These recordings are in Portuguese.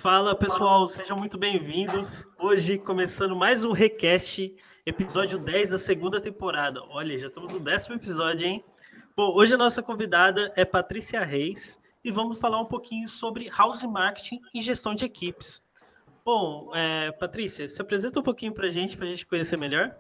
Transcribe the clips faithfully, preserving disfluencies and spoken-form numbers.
Fala pessoal, sejam muito bem-vindos. Hoje começando mais um Recast, episódio dez da segunda temporada. Olha, já estamos no décimo episódio, hein? Bom, hoje a nossa convidada é Patrícia Reis e vamos falar um pouquinho sobre House Marketing e gestão de equipes. Bom, é, Patrícia, se apresenta um pouquinho para a gente, para a gente conhecer melhor.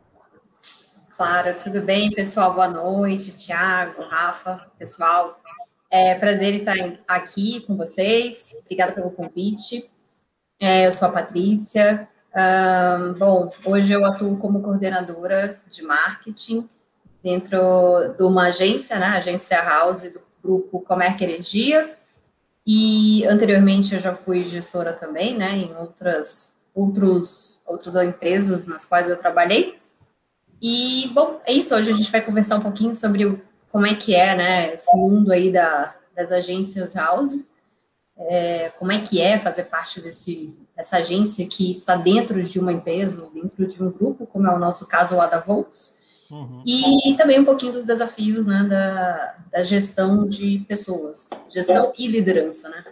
Claro, tudo bem, pessoal? Boa noite, Thiago, Rafa, pessoal. É prazer estar aqui com vocês. Obrigada pelo convite. É, eu sou a Patrícia. Um, bom, hoje eu atuo como coordenadora de marketing dentro de uma agência, né? Agência House do grupo Comerc Energia. E anteriormente eu já fui gestora também, né? Em outras, outros, outras empresas nas quais eu trabalhei. E, bom, é isso. Hoje a gente vai conversar um pouquinho sobre o, como é que é, né, esse mundo aí da, das agências House, é, como é que é fazer parte desse, dessa agência que está dentro de uma empresa ou dentro de um grupo, como é o nosso caso lá da Volts, uhum. E também um pouquinho dos desafios, né, da, da gestão de pessoas, gestão e liderança, né?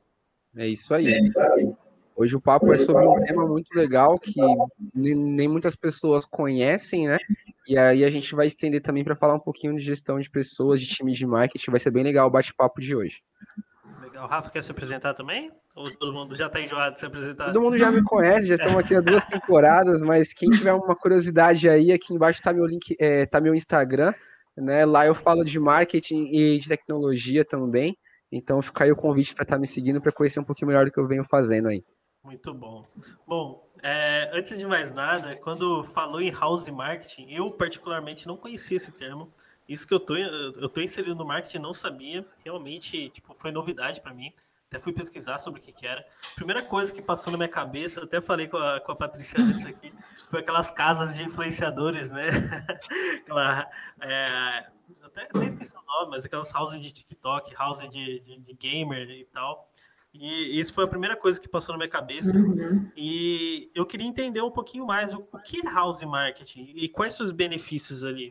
É isso aí. É isso aí. Hoje o papo é sobre um tema muito legal que nem, nem muitas pessoas conhecem, né? E aí a gente vai estender também para falar um pouquinho de gestão de pessoas, de times de marketing. Vai ser bem legal o bate-papo de hoje. Legal. O Rafa quer se apresentar também? Ou todo mundo já está enjoado de se apresentar? Todo mundo já me conhece, já estamos aqui há duas temporadas, mas quem tiver uma curiosidade aí, aqui embaixo está meu link, é, tá meu Instagram, né? Lá eu falo de marketing e de tecnologia também. Então fica aí o convite para estar me seguindo para conhecer um pouquinho melhor do que eu venho fazendo aí. Muito bom. Bom, é, antes de mais nada, quando falou em house marketing, eu particularmente não conhecia esse termo. Isso que eu tô, eu tô inserido no marketing, não sabia. Realmente, tipo, foi novidade para mim. Até fui pesquisar sobre o que que era. Primeira coisa que passou na minha cabeça, até falei com a, com a Patrícia antes aqui, foi aquelas casas de influenciadores, né? Aquela, é, até nem esqueci o nome, mas aquelas houses de TikTok, house de, de, de gamer e tal. E isso foi a primeira coisa que passou na minha cabeça. Uhum. E eu queria entender um pouquinho mais o, o que é house marketing e quais são os benefícios ali.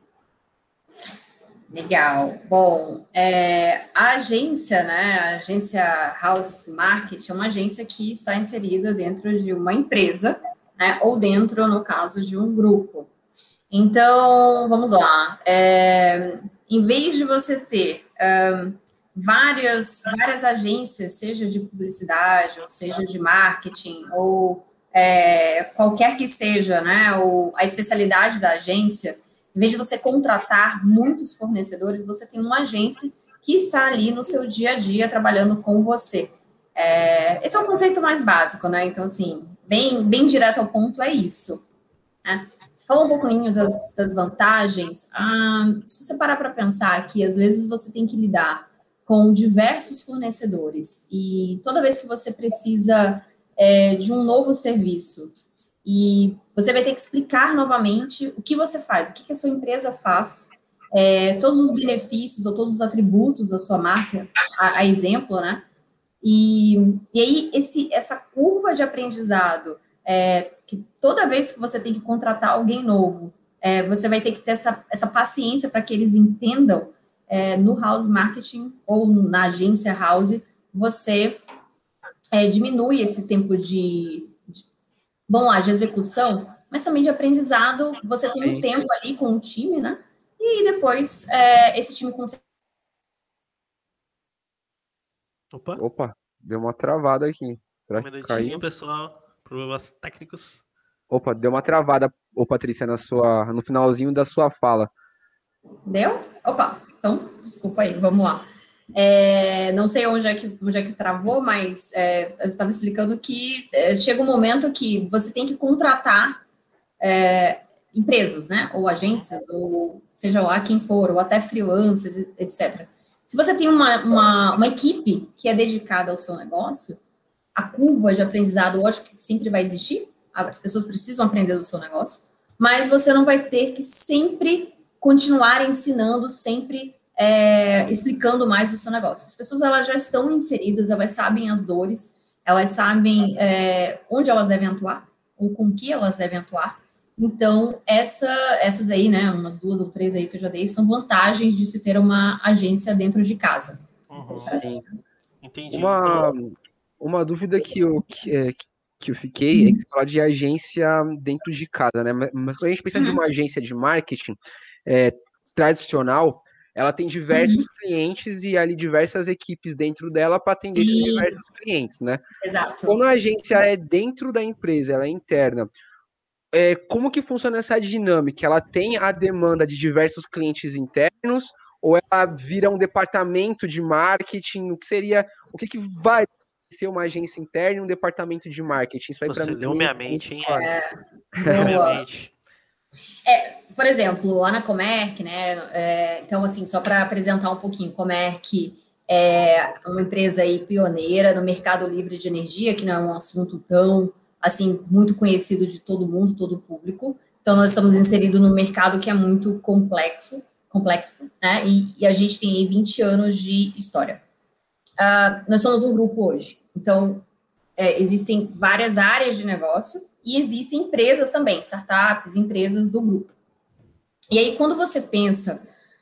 Legal. Bom, é, a agência, né, a agência House Marketing é uma agência que está inserida dentro de uma empresa, né, ou dentro, no caso, de um grupo. Então, vamos lá. É, em vez de você ter um, várias, várias agências, seja de publicidade, ou seja de marketing, ou é, qualquer que seja, né, ou a especialidade da agência, em vez de você contratar muitos fornecedores, você tem uma agência que está ali no seu dia a dia trabalhando com você. É, esse é o conceito mais básico, né? Então, assim, bem, bem direto ao ponto é isso. Né? Você falou um pouquinho das, das vantagens. Ah, se você parar para pensar que, às vezes, você tem que lidar com diversos fornecedores e toda vez que você precisa é, de um novo serviço, e você vai ter que explicar novamente o que você faz, o que, que a sua empresa faz, é, todos os benefícios ou todos os atributos da sua marca, a, a exemplo, né? E, e aí, esse, essa curva de aprendizado, é, que toda vez que você tem que contratar alguém novo, é, você vai ter que ter essa, essa paciência para que eles entendam, é, no house marketing ou na agência house, você é, diminui esse tempo de... Bom, lá, de execução, mas também de aprendizado, você tem um Sim. tempo ali com o time, né? E depois é, esse time consegue... Opa. Opa, deu uma travada aqui. Será um que caiu? Pessoal, problemas técnicos. Opa, deu uma travada, ô Patrícia, na sua, no finalzinho da sua fala. Deu? Opa, então, desculpa aí, vamos lá. É, não sei onde é que, onde é que travou, mas é, eu estava explicando que é, chega um momento que você tem que contratar é, empresas, né? Ou agências, ou seja lá quem for, ou até freelancers, etcétera. Se você tem uma, uma, uma equipe que é dedicada ao seu negócio, a curva de aprendizado, lógico que sempre vai existir, as pessoas precisam aprender do seu negócio, mas você não vai ter que sempre continuar ensinando, sempre É, explicando mais o seu negócio. As pessoas, elas já estão inseridas, elas sabem as dores, elas sabem é, onde elas devem atuar, ou com que elas devem atuar. Então, essa, essa daí, né, umas duas ou três aí que eu já dei, são vantagens de se ter uma agência dentro de casa. Uhum, sim. Entendi. Uma, uma dúvida que eu, que, é, que eu fiquei é que você fala de agência dentro de casa, né? Mas mas quando a gente pensa de uma agência de marketing é, tradicional, ela tem diversos clientes e ali diversas equipes dentro dela para atender esses E, diversos clientes, né? exato. Quando a agência é dentro da empresa, ela é interna, é, como que funciona essa dinâmica? Ela tem a demanda de diversos clientes internos ou ela vira um departamento de marketing? O que seria, o que, que vai ser uma agência interna e um departamento de marketing? Isso aí para Você mim leu também minha é muito mente, hein? claro. Leu minha Boa. mente. É, por exemplo, lá na Comerc, né? é, então, assim, só para apresentar um pouquinho, Comerc é uma empresa aí pioneira no mercado livre de energia, que não é um assunto tão, assim, muito conhecido de todo mundo, todo o público. Então, nós estamos inseridos num mercado que é muito complexo, complexo, né? E, e a gente tem aí vinte anos de história. Ah, nós somos um grupo hoje. Então, é, existem várias áreas de negócio e existem empresas também, startups, empresas do grupo. E aí, quando você pensa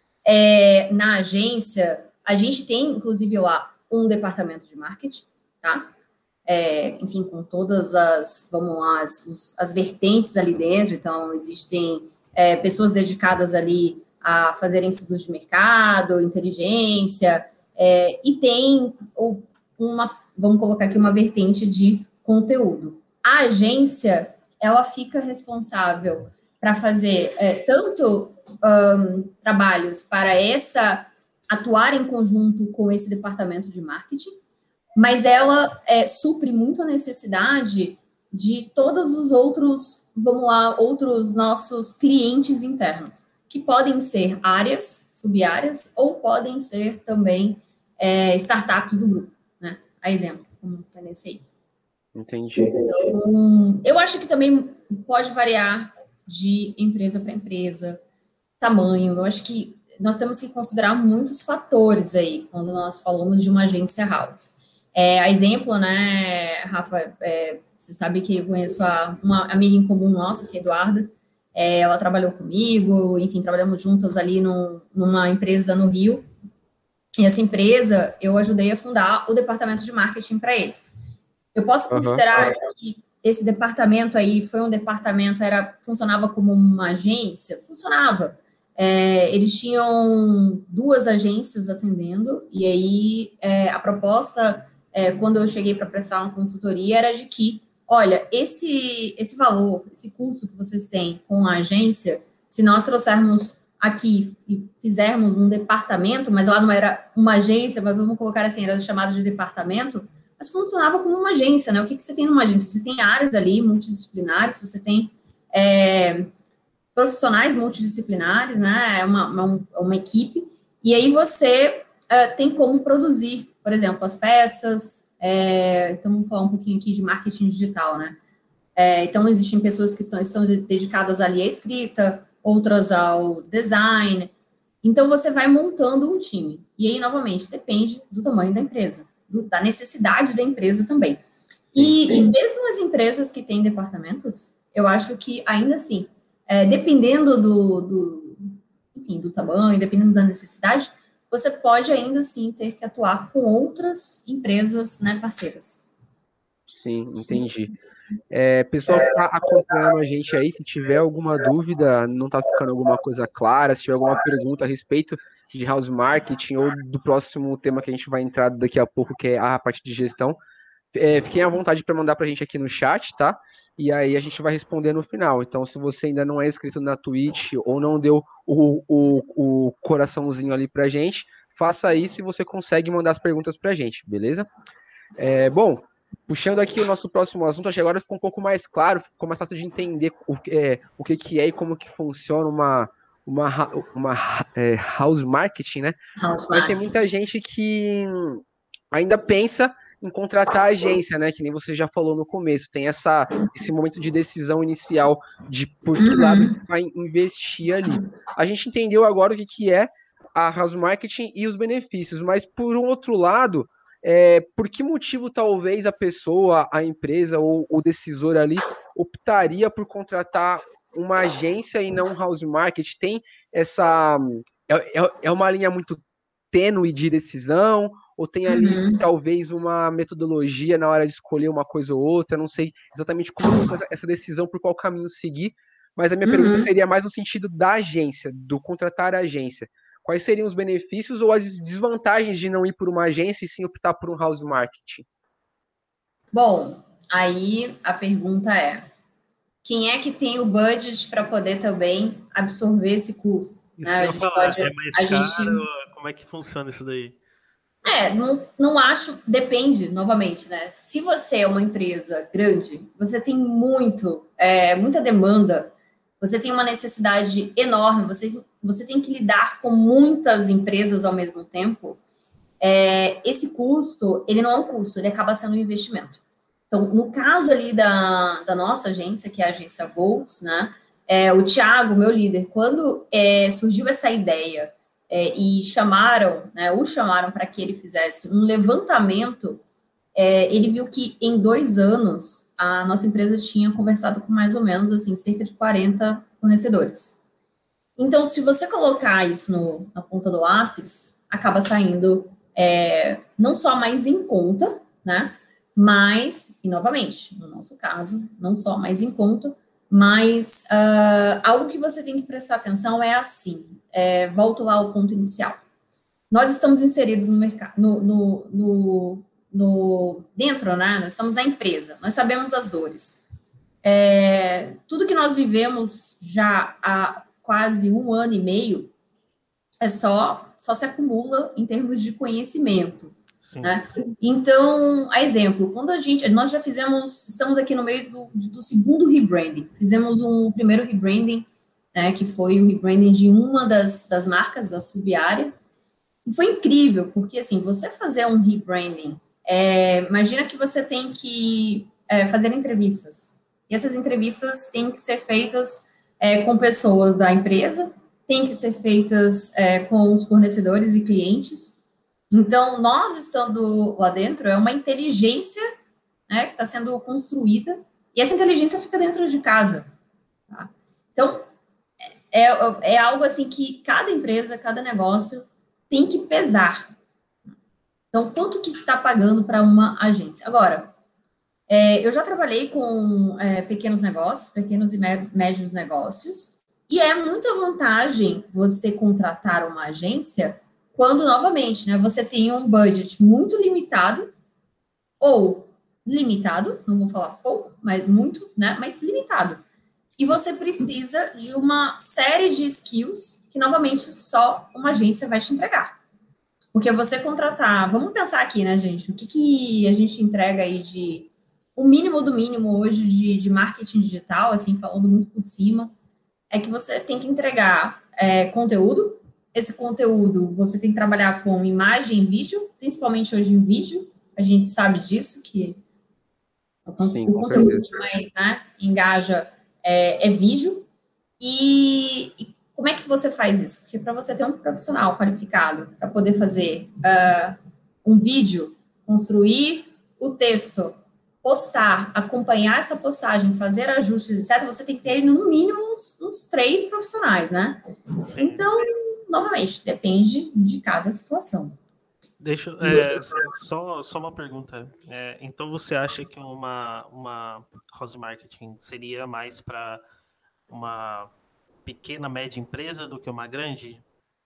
é, na agência, a gente tem, inclusive, lá um departamento de marketing, tá? É, enfim, com todas as, vamos lá, as, os, as vertentes ali dentro. Então, existem é, pessoas dedicadas ali a fazerem estudos de mercado, inteligência, é, e tem uma, vamos colocar aqui, uma vertente de conteúdo. A agência, ela fica responsável para fazer é, tanto um, trabalhos para essa, atuar em conjunto com esse departamento de marketing, mas ela é, supre muito a necessidade de todos os outros, vamos lá, outros nossos clientes internos, que podem ser áreas, sub-áreas, ou podem ser também é, startups do grupo, né? A exemplo, como foi nesse aí. Entendi. Então, eu acho que também pode variar de empresa para empresa, tamanho. Eu acho que nós temos que considerar muitos fatores aí quando nós falamos de uma agência house. É, a exemplo, né, Rafa, é, você sabe que eu conheço a, uma amiga em comum nossa, que é a Eduarda, é, ela trabalhou comigo, enfim, trabalhamos juntas ali no, numa empresa no Rio, e essa empresa eu ajudei a fundar o departamento de marketing para eles. Eu posso considerar uhum. que esse departamento aí foi um departamento, era, funcionava como uma agência? Funcionava. É, eles tinham duas agências atendendo, e aí é, a proposta, é, quando eu cheguei para prestar uma consultoria, era de que, olha, esse, esse valor, esse custo que vocês têm com a agência, se nós trouxermos aqui e fizermos um departamento, mas lá não era uma agência, mas vamos colocar assim, era chamado de departamento, mas funcionava como uma agência, né? O que, que você tem numa agência? Você tem áreas ali multidisciplinares, você tem é, profissionais multidisciplinares, né? É uma, uma, uma equipe, e aí você é, tem como produzir, por exemplo, as peças. É, então, vamos falar um pouquinho aqui de marketing digital, né? É, então, existem pessoas que estão, estão dedicadas ali à escrita, outras ao design. Então, você vai montando um time. E aí, novamente, depende do tamanho da empresa, do, da necessidade da empresa também. E, e mesmo as empresas que têm departamentos, eu acho que, ainda assim, é, dependendo do, do, enfim, do tamanho, dependendo da necessidade, você pode ainda assim ter que atuar com outras empresas, né, parceiras. Sim, entendi. É, pessoal que está acompanhando a gente aí, se tiver alguma dúvida, não está ficando alguma coisa clara, se tiver alguma pergunta a respeito de house marketing ou do próximo tema que a gente vai entrar daqui a pouco, que é a parte de gestão, é, fiquem à vontade para mandar para a gente aqui no chat, tá? E aí a gente vai responder no final. Então, se você ainda não é inscrito na Twitch ou não deu o, o, o coraçãozinho ali para a gente, faça isso e você consegue mandar as perguntas para a gente, beleza? É, bom, puxando aqui o nosso próximo assunto, acho que agora ficou um pouco mais claro, ficou mais fácil de entender o que é, o que, que é e como que funciona uma, uma, uma é, house marketing, né? House Mas tem muita gente que ainda pensa em contratar agência, né? Que nem você já falou no começo, tem essa, esse momento de decisão inicial de por que lado vai investir ali. A gente entendeu agora o que, que é a house marketing e os benefícios, mas por um outro lado, É, por que motivo talvez a pessoa, a empresa ou o decisor ali optaria por contratar uma agência e não um house marketing? Tem essa... É, é uma linha muito tênue de decisão ou tem ali Uhum. talvez uma metodologia na hora de escolher uma coisa ou outra? Não sei exatamente como essa, essa decisão por qual caminho seguir, mas a minha pergunta Uhum. seria mais no sentido da agência, do contratar a agência. Quais seriam os benefícios ou as desvantagens de não ir por uma agência e sim optar por um house marketing? Bom, aí a pergunta é: quem é que tem o budget para poder também absorver esse custo? Né? Isso que A eu ia gente falar, pode, é mais a caro? gente, Como é que funciona isso daí? é, não, não acho, depende, novamente, né? Se você é uma empresa grande, você tem muito, é, muita demanda, você tem uma necessidade enorme, você, você tem que lidar com muitas empresas ao mesmo tempo, é, esse custo, ele não é um custo, ele acaba sendo um investimento. Então, no caso ali da, da nossa agência, que é a agência Volts, né? É, o Thiago, meu líder, quando é, surgiu essa ideia é, e chamaram, né, o chamaram para que ele fizesse um levantamento, é, ele viu que em dois anos a nossa empresa tinha conversado com mais ou menos assim cerca de quarenta fornecedores. Então, se você colocar isso no, na ponta do lápis, acaba saindo é, não só mais em conta, né? Mas, e novamente, no nosso caso, não só mais em conta, mas uh, algo que você tem que prestar atenção é assim, é, volto lá ao ponto inicial. Nós estamos inseridos no mercado, no, no, no, no, dentro, né? Nós estamos na empresa, nós sabemos as dores. É, tudo que nós vivemos já há quase um ano e meio é só, só se acumula em termos de conhecimento. Né? Então, a exemplo, quando a gente, nós já fizemos, estamos aqui no meio do, do segundo rebranding, fizemos um primeiro rebranding, né, que foi o rebranding de uma das, das marcas da sub-área, e foi incrível, porque assim, você fazer um rebranding, é, imagina que você tem que é, fazer entrevistas, e essas entrevistas têm que ser feitas é, com pessoas da empresa, têm que ser feitas é, com os fornecedores e clientes. Então, nós estando lá dentro, é uma inteligência, né, que está sendo construída, e essa inteligência fica dentro de casa. Tá? Então, é, é algo assim que cada empresa, cada negócio tem que pesar. Então, quanto que está pagando para uma agência? Agora, é, eu já trabalhei com é, pequenos negócios, pequenos e médios negócios, e é muita vantagem você contratar uma agência quando, novamente, né, você tem um budget muito limitado, ou limitado, não vou falar pouco, mas muito, né, mas limitado. E você precisa de uma série de skills que, novamente, só uma agência vai te entregar. Porque você contratar, vamos pensar aqui, né, gente, o que, que a gente entrega aí de, o mínimo do mínimo hoje de, de marketing digital, assim, falando muito por cima, é que você tem que entregar é, conteúdo. Esse conteúdo você tem que trabalhar com imagem e vídeo, principalmente hoje em vídeo, a gente sabe disso, que Sim, o com conteúdo certeza. que mais, né, engaja é, é vídeo. E, e como é que você faz isso? Porque para você ter um profissional qualificado para poder fazer uh, um vídeo, construir o texto, postar, acompanhar essa postagem, fazer ajustes, etcétera, você tem que ter, no mínimo, uns, uns três profissionais, né? Sim. Então, novamente, depende de cada situação. Deixa, é, só, só uma pergunta. É, então, você acha que uma, uma house marketing seria mais para uma pequena, média empresa do que uma grande?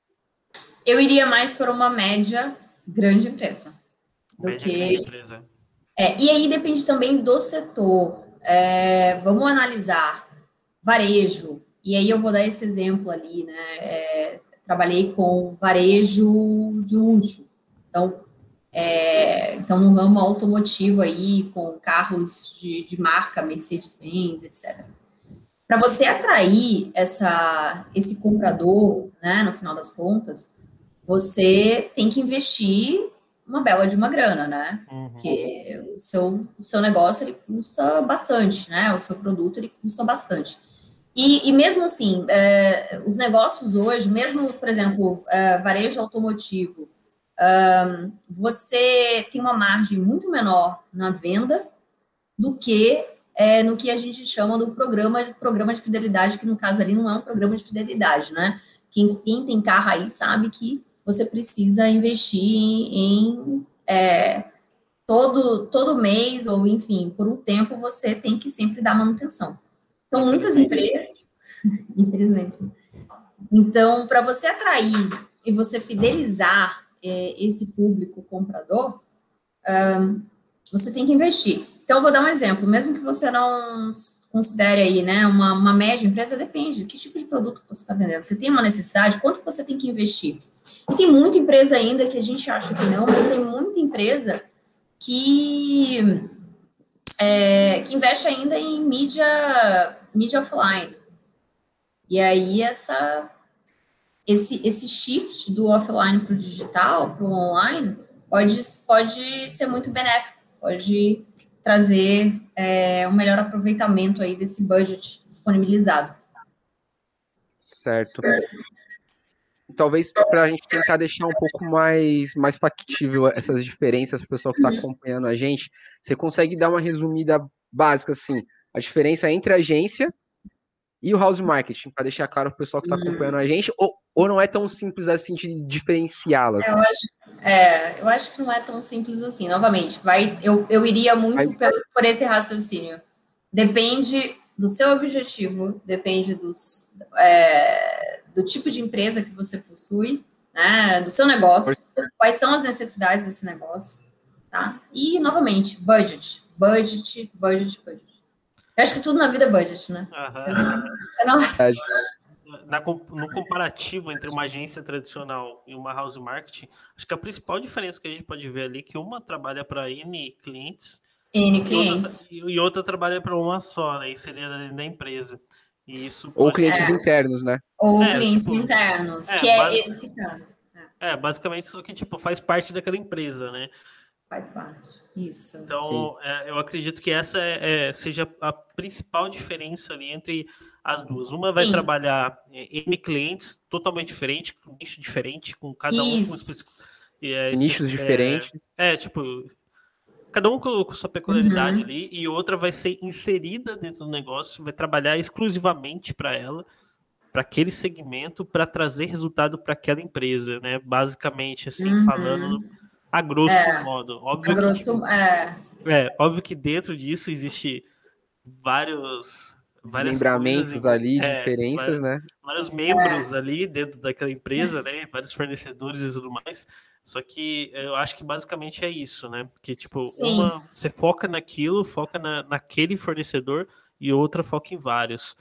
Eu iria mais para uma média, grande empresa. Do média, que... grande empresa. É, e aí depende também do setor. É, vamos analisar varejo. E aí eu vou dar esse exemplo ali, né? É, trabalhei com varejo de luxo. Então, é, então, no ramo automotivo aí, com carros de, de marca Mercedes-Benz, etcétera. Para você atrair essa, esse comprador, né, no final das contas, você tem que investir uma bela de uma grana, né? Uhum. Porque o seu, o seu negócio, ele custa bastante, né? O seu produto, ele custa bastante. E, e mesmo assim, é, os negócios hoje, mesmo, por exemplo, é, varejo automotivo, um, você tem uma margem muito menor na venda do que é, no que a gente chama do programa, programa de fidelidade, que no caso ali não é um programa de fidelidade, né? Quem, quem tem carro aí sabe que você precisa investir em, em é, todo, todo mês, ou enfim, por um tempo, você tem que sempre dar manutenção. Então, muitas empresas, infelizmente. Então, para você atrair e você fidelizar é, esse público comprador, um, você tem que investir. Então, eu vou dar um exemplo. Mesmo que você não considere aí, né, uma, uma média empresa, depende de que tipo de produto que você está vendendo. Você tem uma necessidade, quanto você tem que investir? E tem muita empresa ainda que a gente acha que não, mas tem muita empresa que, é, que investe ainda em mídia, mídia offline. E aí, essa, esse, esse shift do offline para o digital, para o online, pode, pode ser muito benéfico, pode trazer é, um melhor aproveitamento aí desse budget disponibilizado. Certo. Talvez para a gente tentar deixar um pouco mais, mais factível essas diferenças para o pessoal que está acompanhando a gente, você consegue dar uma resumida básica, assim, a diferença entre a agência e o house marketing, para deixar claro para o pessoal que está acompanhando a gente, ou, ou não é tão simples assim de diferenciá-las? Eu acho, é, eu acho que não é tão simples assim. Novamente, vai, eu, eu iria muito vai... por, por esse raciocínio. Depende do seu objetivo, depende dos, é, do tipo de empresa que você possui, né, do seu negócio, quais são as necessidades desse negócio, tá? E, novamente, budget, budget, budget, budget. Eu acho que tudo na vida é budget, né? Uhum. Você não... Você não... Na, no comparativo entre uma agência tradicional e uma house marketing, acho que a principal diferença que a gente pode ver ali é que uma trabalha para N clientes, N clientes. E outra, e outra trabalha para uma só, né? E seria na empresa. E isso Ou pode... clientes é. internos, né? Ou é, clientes tipo, internos, é, que é basic... esse cara. É. é, basicamente isso que tipo, faz parte daquela empresa, né? Faz parte, isso. Então, é, eu acredito que essa é, é, seja a principal diferença ali entre as duas. Uma Sim. vai trabalhar N clientes totalmente diferente, com nicho diferente, com cada isso. um com é, nichos é, diferentes. É, tipo, cada um com, com sua peculiaridade uhum. ali, e outra vai ser inserida dentro do negócio, vai trabalhar exclusivamente para ela, para aquele segmento, para trazer resultado para aquela empresa, né? Basicamente, assim, uhum. falando a grosso é. modo. Óbvio a grosso, que, tipo, é. é, óbvio que dentro disso existe vários... Desmembramentos ali, é, diferenças, vários, né? Vários membros é. ali dentro daquela empresa, né? Vários fornecedores e tudo mais. Só que eu acho que basicamente é isso, né? Que, tipo, Sim. uma você foca naquilo, foca na, naquele fornecedor, e outra foca em vários.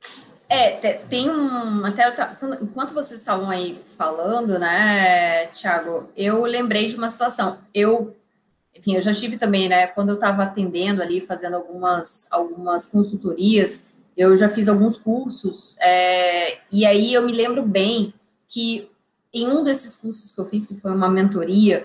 É, tem um... Até enquanto vocês estavam aí falando, né, Thiago, eu lembrei de uma situação. Eu, enfim, eu já tive também, né, quando eu estava atendendo ali, fazendo algumas, algumas consultorias, eu já fiz alguns cursos, é, e aí eu me lembro bem que em um desses cursos que eu fiz, que foi uma mentoria,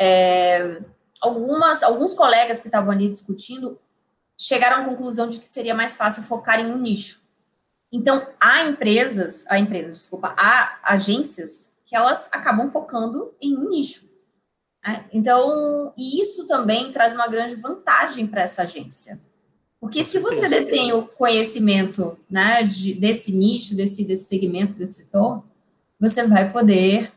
é, algumas, alguns colegas que estavam ali discutindo chegaram à conclusão de que seria mais fácil focar em um nicho. Então, há empresas, há empresas, desculpa, há agências que elas acabam focando em um nicho. Né? Então, e isso também traz uma grande vantagem para essa agência. Porque se você detém o conhecimento, né, de, desse nicho, desse, desse segmento, desse setor, você vai poder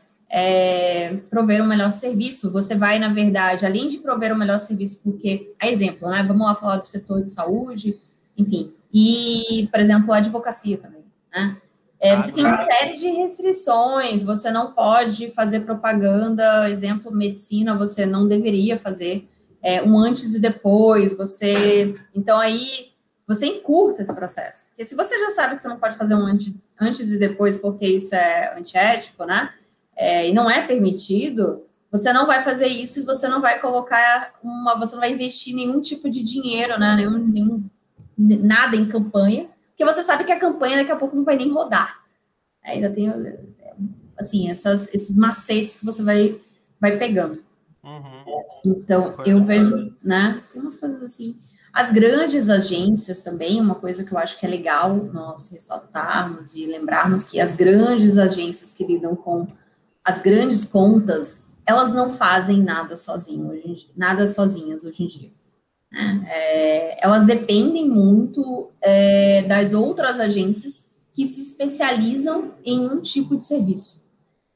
é, prover um melhor serviço. Você vai, na verdade, além de prover um melhor serviço, porque, a exemplo, né, vamos lá falar do setor de saúde, enfim, e, por exemplo, a advocacia também, né? É, você tem uma série de restrições, você não pode fazer propaganda, exemplo, medicina, você não deveria fazer é, um antes e depois, você... Então, aí, você encurta esse processo. Porque se você já sabe que você não pode fazer um antes, antes e depois porque isso é antiético, né? É, e não é permitido, você não vai fazer isso e você não vai colocar uma... Você não vai investir nenhum tipo de dinheiro, né? Nenhum... nenhum nada em campanha, porque você sabe que a campanha daqui a pouco não vai nem rodar. Ainda tem, assim, essas, esses macetes que você vai, vai pegando. Uhum. Então, eu vejo, né, tem umas coisas assim. As grandes agências também, uma coisa que eu acho que é legal nós ressaltarmos e lembrarmos que as grandes agências que lidam com as grandes contas, elas não fazem nada sozinho, hoje em dia, nada sozinhas hoje em dia. É, elas dependem muito é, das outras agências que se especializam em um tipo de serviço.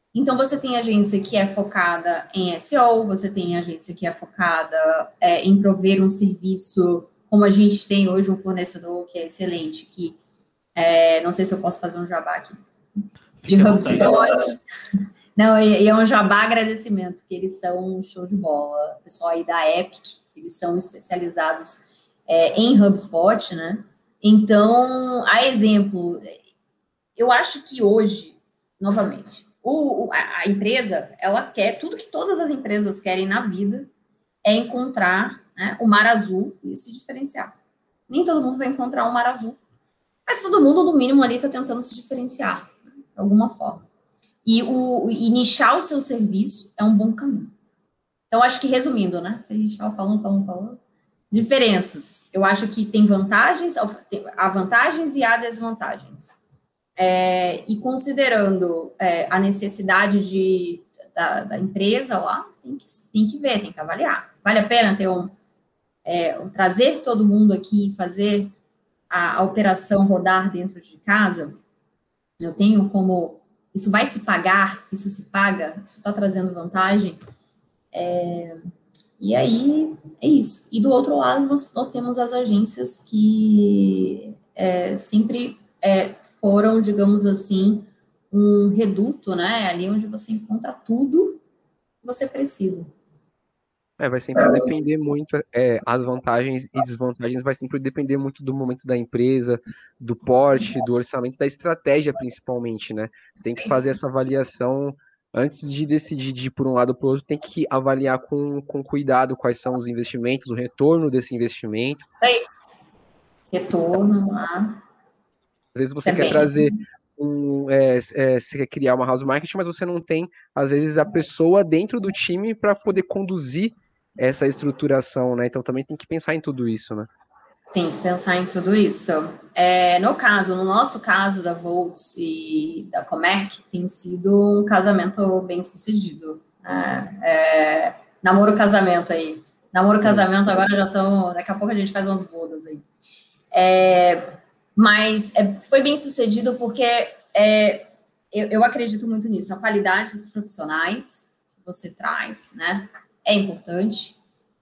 Então, você tem agência que é focada em S E O, você tem agência que é focada é, em prover um serviço, como a gente tem hoje um fornecedor que é excelente, que é, não sei se eu posso fazer um jabá aqui, de HubSpot. Não, e, e é um jabá agradecimento, porque eles são um show de bola. O pessoal aí da Epic, eles são especializados é, em HubSpot, né? Então, a exemplo, eu acho que hoje, novamente, o, o, a, a empresa, ela quer, tudo que todas as empresas querem na vida é encontrar, né, o mar azul e se diferenciar. Nem todo mundo vai encontrar o mar azul, mas todo mundo, no mínimo, ali está tentando se diferenciar, né, de alguma forma. E, o, e nichar o seu serviço é um bom caminho. Então, acho que resumindo, né, a gente estava falando, falando, falando, diferenças. Eu acho que tem vantagens, há vantagens e há desvantagens. É, e considerando é, a necessidade de, da, da empresa lá, tem que, tem que ver, tem que avaliar. Vale a pena ter um, é, um trazer todo mundo aqui e fazer a, a operação rodar dentro de casa? Eu tenho como... Isso vai se pagar? Isso se paga? Isso está trazendo vantagem? É, e aí, é isso. E do outro lado, nós, nós temos as agências que é, sempre... É, foram, digamos assim, um reduto, né? Ali onde você encontra tudo que você precisa. É, vai sempre depender muito, é, as vantagens e desvantagens vai sempre depender muito do momento da empresa, do porte, do orçamento, da estratégia, principalmente, né? Tem que fazer essa avaliação antes de decidir de ir por um lado ou por outro, tem que avaliar com, com cuidado quais são os investimentos, o retorno desse investimento. Isso aí. Retorno lá. Às vezes você quer trazer um, é, é, você quer criar uma house marketing, mas você não tem, às vezes, a pessoa dentro do time para poder conduzir essa estruturação, né? Então também tem que pensar em tudo isso, né? Tem que pensar em tudo isso. É, no caso, no nosso caso da Volts e da Comerc, tem sido um casamento bem sucedido. Né? É, namoro casamento aí. Namoro casamento agora já estão. Daqui a pouco a gente faz umas bodas aí. É, mas é, foi bem sucedido porque é, eu, eu acredito muito nisso. A qualidade dos profissionais que você traz, né, é importante.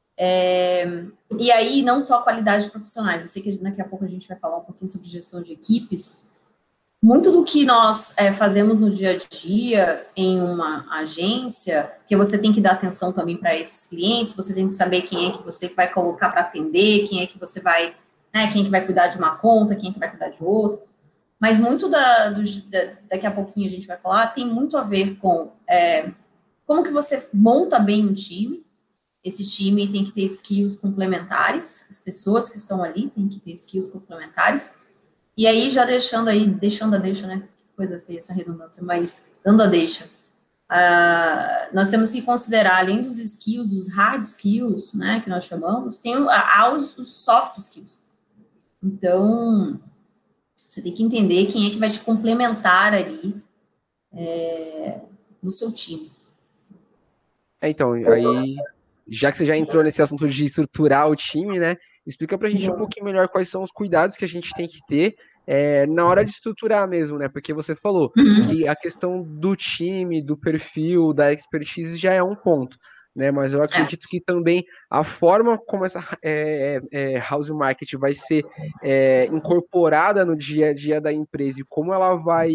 É, e aí, não só a qualidade de profissionais. Eu sei que daqui a pouco a gente vai falar um pouquinho sobre gestão de equipes. Muito do que nós é, fazemos no dia a dia em uma agência, que você tem que dar atenção também para esses clientes, você tem que saber quem é que você vai colocar para atender, quem é que você vai... Né, quem é que vai cuidar de uma conta, quem é que vai cuidar de outra. Mas muito da, do, da, daqui a pouquinho a gente vai falar, tem muito a ver com é, como que você monta bem um time. Esse time tem que ter skills complementares, as pessoas que estão ali têm que ter skills complementares. E aí, já deixando aí, deixando a deixa, né? Que coisa feia essa redundância, mas dando a deixa. Uh, nós temos que considerar, além dos skills, os hard skills, né, que nós chamamos, tem há os, os soft skills. Então, você tem que entender quem é que vai te complementar ali é, no seu time. É, então, aí, já que você já entrou nesse assunto de estruturar o time, né, explica pra gente um pouquinho melhor quais são os cuidados que a gente tem que ter é, na hora de estruturar mesmo, né, porque você falou uhum. que a questão do time, do perfil, da expertise já é um ponto, né, mas eu acredito que também a forma como essa é, é, house market vai ser é, incorporada no dia a dia da empresa e como ela vai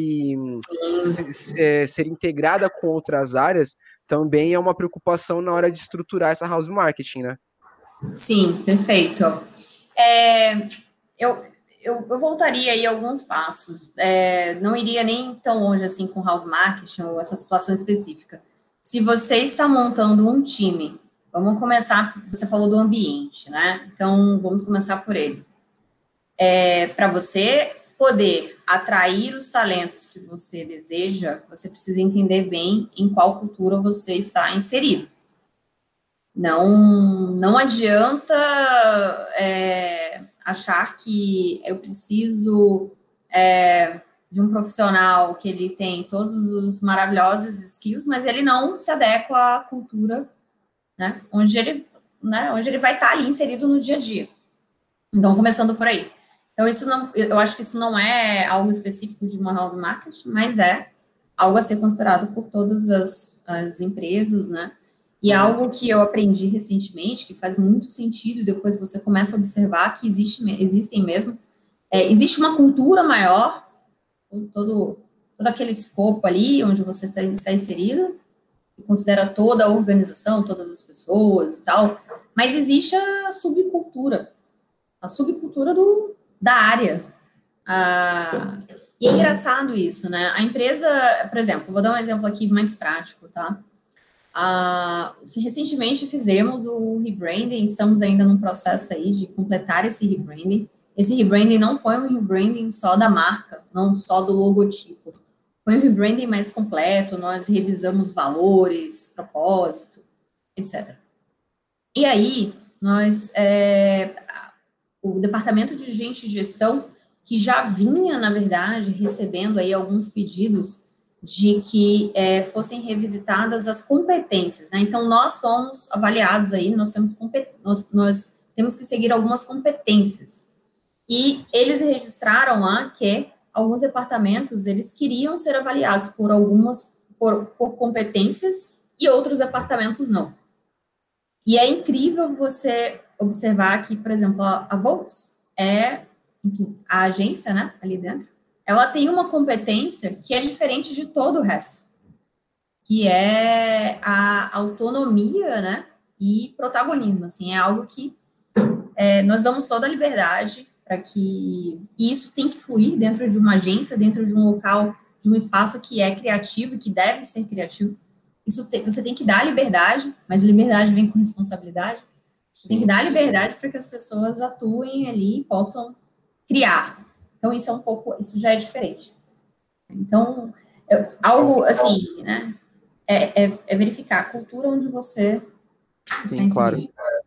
se, é, ser integrada com outras áreas também é uma preocupação na hora de estruturar essa house marketing, né? Sim, perfeito. É, eu, eu, eu voltaria aí alguns passos, é, não iria nem tão longe assim com house marketing ou essa situação específica. Se você está montando um time, vamos começar, você falou do ambiente, né? Então, vamos começar por ele. É, para você poder atrair os talentos que você deseja, você precisa entender bem em qual cultura você está inserido. Não, não adianta é, achar que eu preciso é, de um profissional que ele tem todos os maravilhosos skills, mas ele não se adequa à cultura, né, onde ele, né, onde ele vai estar ali inserido no dia a dia. Então, começando por aí. Então, isso não, eu acho que isso não é algo específico de uma house marketing, mas é algo a ser considerado por todas as, as empresas, né? E é algo que eu aprendi recentemente, que faz muito sentido, e depois você começa a observar que existe, existem mesmo, é, existe uma cultura maior, todo, todo aquele escopo ali, onde você está, está inserido, e considera toda a organização, todas as pessoas e tal, mas existe a subcultura, a subcultura do, da área. Ah, e é engraçado isso, né? A empresa, por exemplo, vou dar um exemplo aqui mais prático, tá? Uh, recentemente fizemos o rebranding, estamos ainda num processo aí de completar esse rebranding. Esse rebranding não foi um rebranding só da marca, não só do logotipo. Foi um rebranding mais completo, nós revisamos valores, propósito, etcétera. E aí, nós, é, o departamento de gente de gestão, que já vinha, na verdade, recebendo aí alguns pedidos de que é, fossem revisitadas as competências, né? Então, nós somos avaliados aí, nós temos, nós, nós temos que seguir algumas competências. E eles registraram lá que alguns departamentos, eles queriam ser avaliados por algumas, por, por competências, e outros departamentos não. E é incrível você observar que, por exemplo, a, a Volts é, enfim, a agência, né, ali dentro, ela tem uma competência que é diferente de todo o resto, que é a autonomia, né, e protagonismo, assim, é algo que é, nós damos toda a liberdade para que e isso tem que fluir dentro de uma agência, dentro de um local, de um espaço que é criativo e que deve ser criativo. Isso tem, você tem que dar liberdade, mas liberdade vem com responsabilidade. Você tem que dar liberdade para que as pessoas atuem ali e possam criar. Então, isso é um pouco, isso já é diferente. Então, eu, algo assim, né, é, é, é verificar a cultura onde você Sim, está claro.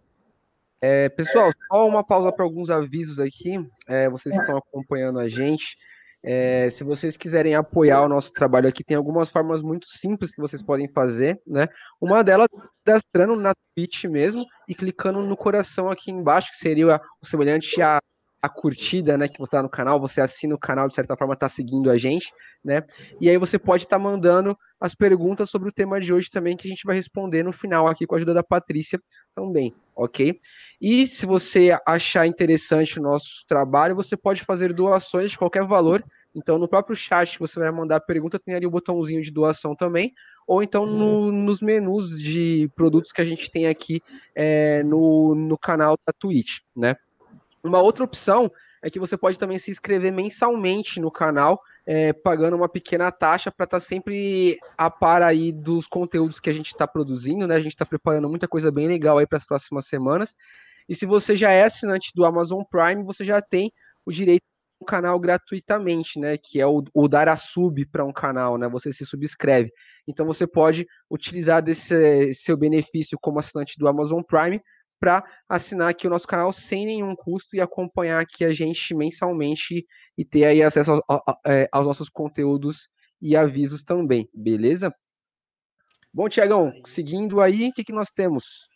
É, pessoal, só uma pausa para alguns avisos aqui, é, vocês que estão acompanhando a gente, é, se vocês quiserem apoiar o nosso trabalho aqui, tem algumas formas muito simples que vocês podem fazer, né, uma delas é entrando na Twitch mesmo e clicando no coração aqui embaixo, que seria o semelhante a a curtida, né, que você dá no canal, você assina o canal, de certa forma tá seguindo a gente, né, e aí você pode estar tá mandando as perguntas sobre o tema de hoje também, que a gente vai responder no final aqui com a ajuda da Patrícia também, ok? E se você achar interessante o nosso trabalho, você pode fazer doações de qualquer valor, então no próprio chat que você vai mandar a pergunta, tem ali o botãozinho de doação também, ou então no, nos menus de produtos que a gente tem aqui é, no, no canal da Twitch, né? Uma outra opção é que você pode também se inscrever mensalmente no canal, é, pagando uma pequena taxa para estar tá sempre a par aí dos conteúdos que a gente está produzindo, né? A gente está preparando muita coisa bem legal aí para as próximas semanas. E se você já é assinante do Amazon Prime, você já tem o direito a um canal gratuitamente, né? Que é o, o dar a sub para um canal, né? Você se subscreve. Então você pode utilizar desse seu benefício como assinante do Amazon Prime para assinar aqui o nosso canal sem nenhum custo e acompanhar aqui a gente mensalmente e ter aí acesso ao, ao, aos nossos conteúdos e avisos também, beleza? Bom, Tiagão, seguindo aí, o que, que nós temos?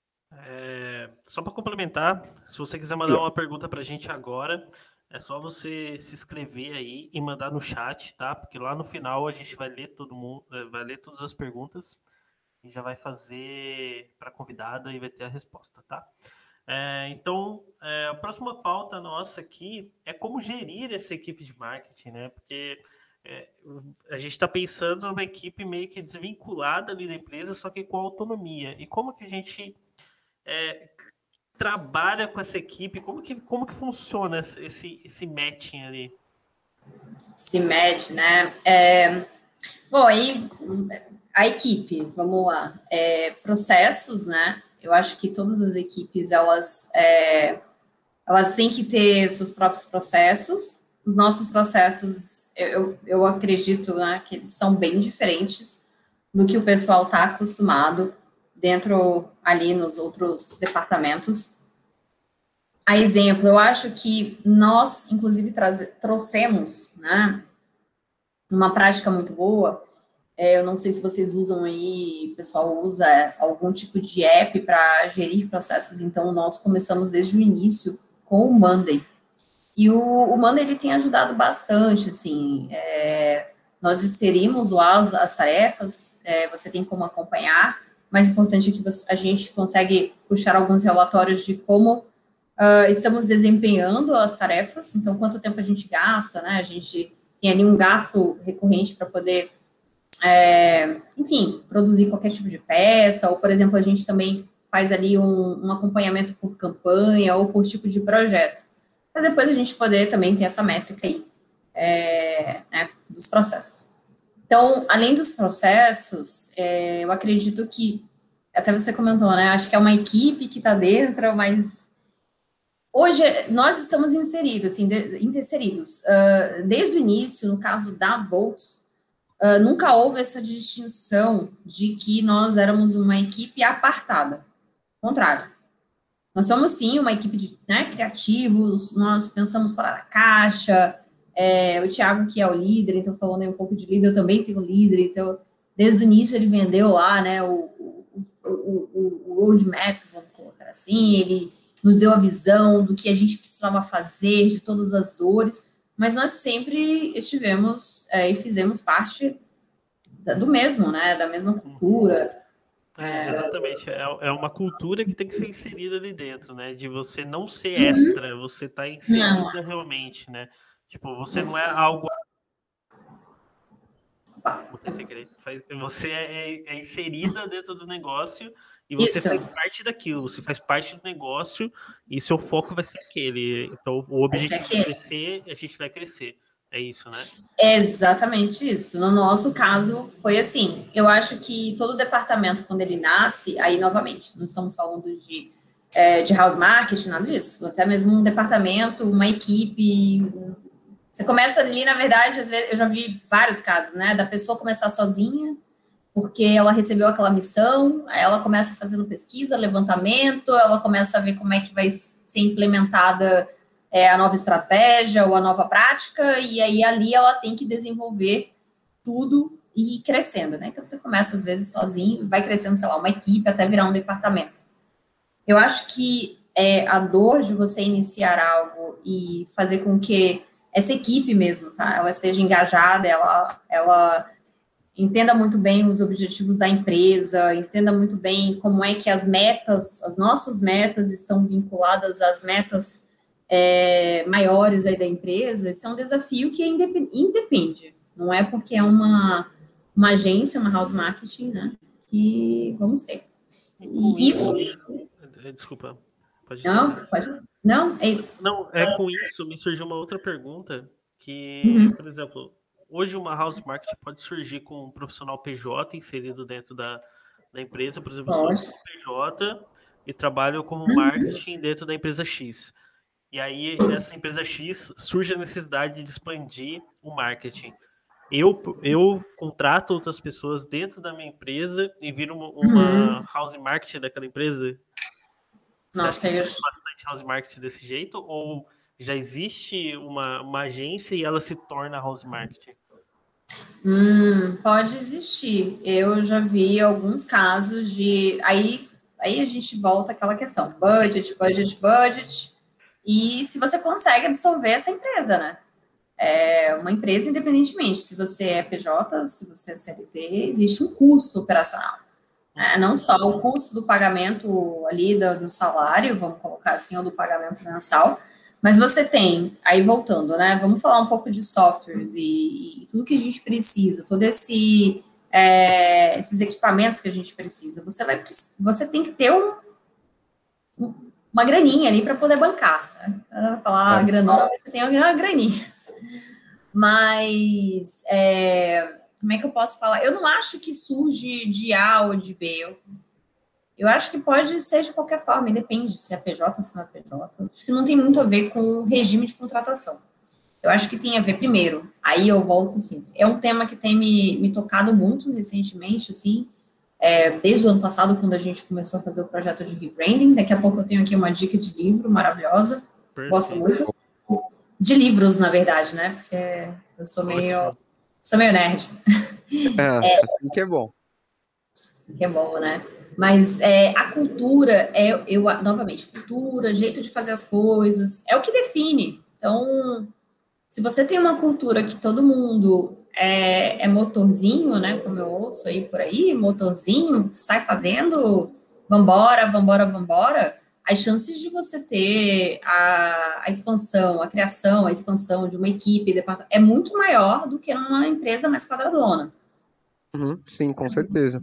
É, só para complementar, se você quiser mandar uma pergunta para a gente agora, é só você se inscrever aí e mandar no chat, tá? Porque lá no final a gente vai ler todo mundo, vai ler todas as perguntas e já vai fazer para convidado e vai ter a resposta, tá? É, então, é, a próxima pauta nossa aqui é como gerir essa equipe de marketing, né? Porque é, a gente está pensando numa equipe meio que desvinculada ali da empresa, só que com autonomia. E como que a gente é, trabalha com essa equipe? Como que, como que funciona esse, esse matching ali? Esse match, né? É, bom, aí... A equipe, vamos lá, é, processos, né? Eu acho que todas as equipes, elas, é, elas têm que ter seus próprios processos. Os nossos processos, eu, eu acredito, né, que são bem diferentes do que o pessoal está acostumado dentro, ali nos outros departamentos. A exemplo, eu acho que nós, inclusive, trouxemos, né, uma prática muito boa. Eu não sei se vocês usam aí, o pessoal usa algum tipo de app para gerir processos, então nós começamos desde o início com o Monday. E o, o Monday, ele tem ajudado bastante, assim, é, nós inserimos as, as tarefas, é, você tem como acompanhar. Mais importante é que você, a gente consegue puxar alguns relatórios de como uh, estamos desempenhando as tarefas, então quanto tempo a gente gasta, né? A gente tem ali um gasto recorrente para poder, é, enfim, produzir qualquer tipo de peça, ou, por exemplo, a gente também faz ali um, um acompanhamento por campanha ou por tipo de projeto, para depois a gente poder também ter essa métrica aí, é, né, dos processos. Então, além dos processos, é, eu acredito que, até você comentou, né, acho que é uma equipe que está dentro, mas hoje nós estamos inseridos, assim, de, inseridos. Uh, desde o início, no caso da Volts, uh, nunca houve essa distinção de que nós éramos uma equipe apartada. Ao contrário. Nós somos, sim, uma equipe de, né, criativos, nós pensamos fora da caixa. É, o Thiago, que é o líder, então falando aí um pouco de líder, eu também tenho líder, então desde o início ele vendeu lá, né, o, o, o, o, o roadmap, vamos colocar assim, ele nos deu a visão do que a gente precisava fazer, de todas as dores, mas nós sempre estivemos é, e fizemos parte da, do mesmo, né, da mesma cultura. É, exatamente, é, é uma cultura que tem que ser inserida ali dentro, né, de você não ser extra, uhum. Você tá inserida não. realmente, né. Tipo, você não é algo... Você é, é inserida dentro do negócio e você Isso. faz parte daquilo, você faz parte do negócio e seu foco vai ser aquele. Então, o objetivo é crescer, a gente vai crescer. É isso, né? É exatamente isso. No nosso caso, foi assim. Eu acho que todo departamento, quando ele nasce, aí, novamente, não estamos falando de, é, de house marketing, nada disso. Até mesmo um departamento, uma equipe... Você começa ali, na verdade, às vezes, eu já vi vários casos, né, da pessoa começar sozinha, porque ela recebeu aquela missão, aí ela começa fazendo pesquisa, levantamento, ela começa a ver como é que vai ser implementada é, a nova estratégia ou a nova prática, e aí ali ela tem que desenvolver tudo e ir crescendo, né? Então, você começa, às vezes, sozinho, vai crescendo, sei lá, uma equipe até virar um departamento. Eu acho que é, a dor de você iniciar algo e fazer com que essa equipe mesmo, tá? Ela esteja engajada, ela, ela entenda muito bem os objetivos da empresa, entenda muito bem como é que as metas, as nossas metas estão vinculadas às metas é, maiores aí da empresa. Esse é um desafio que independe, não é porque é uma, uma agência, uma house marketing, né, que vamos ter. E isso... Desculpa. Pode não, pode... Não, é isso. Não, é com isso me surgiu uma outra pergunta que, uhum. por exemplo, hoje uma house marketing pode surgir com um profissional P J inserido dentro da, da empresa, por exemplo, eu sou P J e trabalho como uhum. marketing dentro da empresa X. E aí, essa empresa X surge a necessidade de expandir o marketing. Eu, eu contrato outras pessoas dentro da minha empresa e viro uma, uma uhum. house marketing daquela empresa. Você Nossa, acha que eu... tem bastante house marketing desse jeito? Ou já existe uma, uma agência e ela se torna house marketing? Hum, pode existir. Eu já vi alguns casos de... Aí, aí a gente volta àquela questão. Budget, budget, budget. E se você consegue absorver essa empresa, né? É uma empresa independentemente. Se você é P J, se você é C L T, existe um custo operacional. É, não só o custo do pagamento ali do, do salário, vamos colocar assim, ou do pagamento mensal, mas você tem, aí voltando, né, vamos falar um pouco de softwares e, e tudo que a gente precisa, todo esse, é, esses equipamentos que a gente precisa, você, vai, você tem que ter um, uma graninha ali para poder bancar, né? Para falar é. granola, você tem uma graninha. Mas... É, como é que eu posso falar? Eu não acho que surge de A ou de B. Eu, eu acho que pode ser de qualquer forma, depende se é P J ou se não é P J. Acho que não tem muito a ver com o regime de contratação. Eu acho que tem a ver primeiro. Aí eu volto, assim, é um tema que tem me, me tocado muito recentemente, assim, é, desde o ano passado, quando a gente começou a fazer o projeto de rebranding. Daqui a pouco eu tenho aqui uma dica de livro maravilhosa. Perfeito. Gosto muito. De livros, na verdade, né? Porque eu sou meio... Ótimo. Sou meio nerd. Ah, é, assim que é bom. Assim que é bom, né? Mas é, a cultura, é, eu, novamente, cultura, jeito de fazer as coisas, é o que define. Então, Se você tem uma cultura que todo mundo é, é motorzinho, né? Como eu ouço aí por aí, motorzinho, sai fazendo, vambora, vambora, vambora, as chances de você ter a, a expansão, a criação, a expansão de uma equipe é muito maior do que numa empresa mais quadradona. Uhum, sim, com certeza.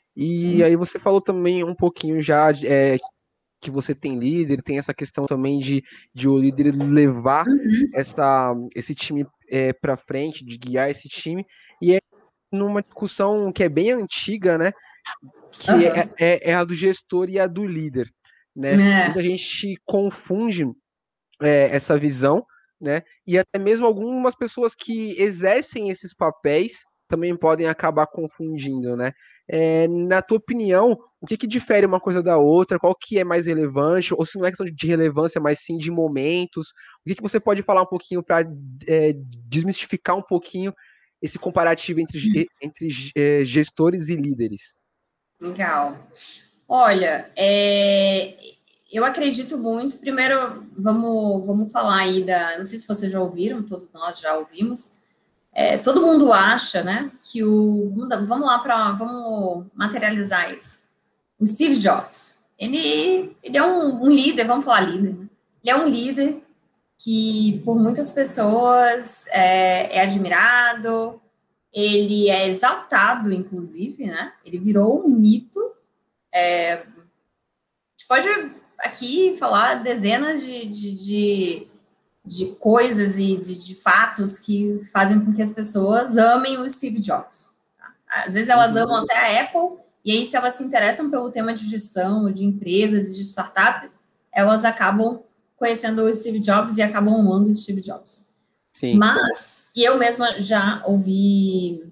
E aí você falou também um pouquinho já de, é, que você tem líder, tem essa questão também de, de o líder levar Uhum. essa, esse time é, para frente, de guiar esse time, e é numa discussão que é bem antiga, né? Que Uhum. é, é, é a do gestor e a do líder, né? É. Muita gente confunde é, essa visão, né? E até mesmo algumas pessoas que exercem esses papéis também podem acabar confundindo, né? É, na tua opinião, o que, que difere uma coisa da outra? Qual que é mais relevante? Ou se não é questão de relevância, mas sim de momentos? O que, que você pode falar um pouquinho para é, desmistificar um pouquinho esse comparativo entre, entre é, gestores e líderes? Legal. Olha, é, eu acredito muito. Primeiro, vamos, vamos falar aí da. Não sei se vocês já ouviram, todos nós já ouvimos. É, todo mundo acha, né, que o. Vamos, vamos lá para. Vamos materializar isso. O Steve Jobs, ele, ele é um, um líder, vamos falar líder, né? Ele é um líder que, por muitas pessoas, é, é admirado, ele é exaltado, inclusive, né? Ele virou um mito. É, a gente pode aqui falar dezenas de, de, de, de coisas e de, de fatos que fazem com que as pessoas amem o Steve Jobs. Tá? Às vezes elas Uhum. amam até a Apple, e aí se elas se interessam pelo tema de gestão, de empresas e de startups, elas acabam conhecendo o Steve Jobs e acabam amando o Steve Jobs. Sim. Mas, e eu mesma já ouvi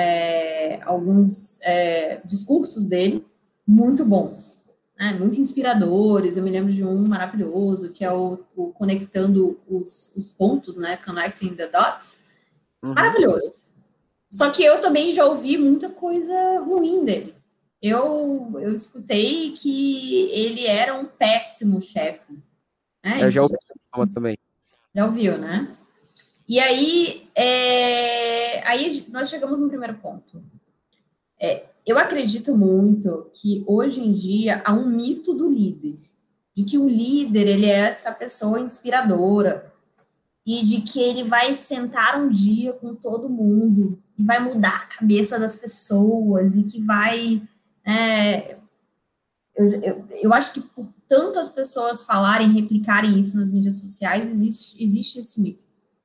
é, alguns é, discursos dele muito bons, né, muito inspiradores. Eu me lembro de um maravilhoso, que é o, o conectando os, os pontos, né, connecting the dots. Uhum. Maravilhoso. Só que eu também já ouvi muita coisa ruim dele. Eu, eu escutei que ele era um péssimo chefe. Né? Eu já ouvi também. Já ouviu, né? E aí, é, aí nós chegamos no primeiro ponto. É, eu acredito muito que hoje em dia há um mito do líder, de que o líder ele é essa pessoa inspiradora e de que ele vai sentar um dia com todo mundo e vai mudar a cabeça das pessoas e que vai... É, eu, eu, eu acho que por tantas pessoas falarem, replicarem isso nas mídias sociais, existe, existe esse mito.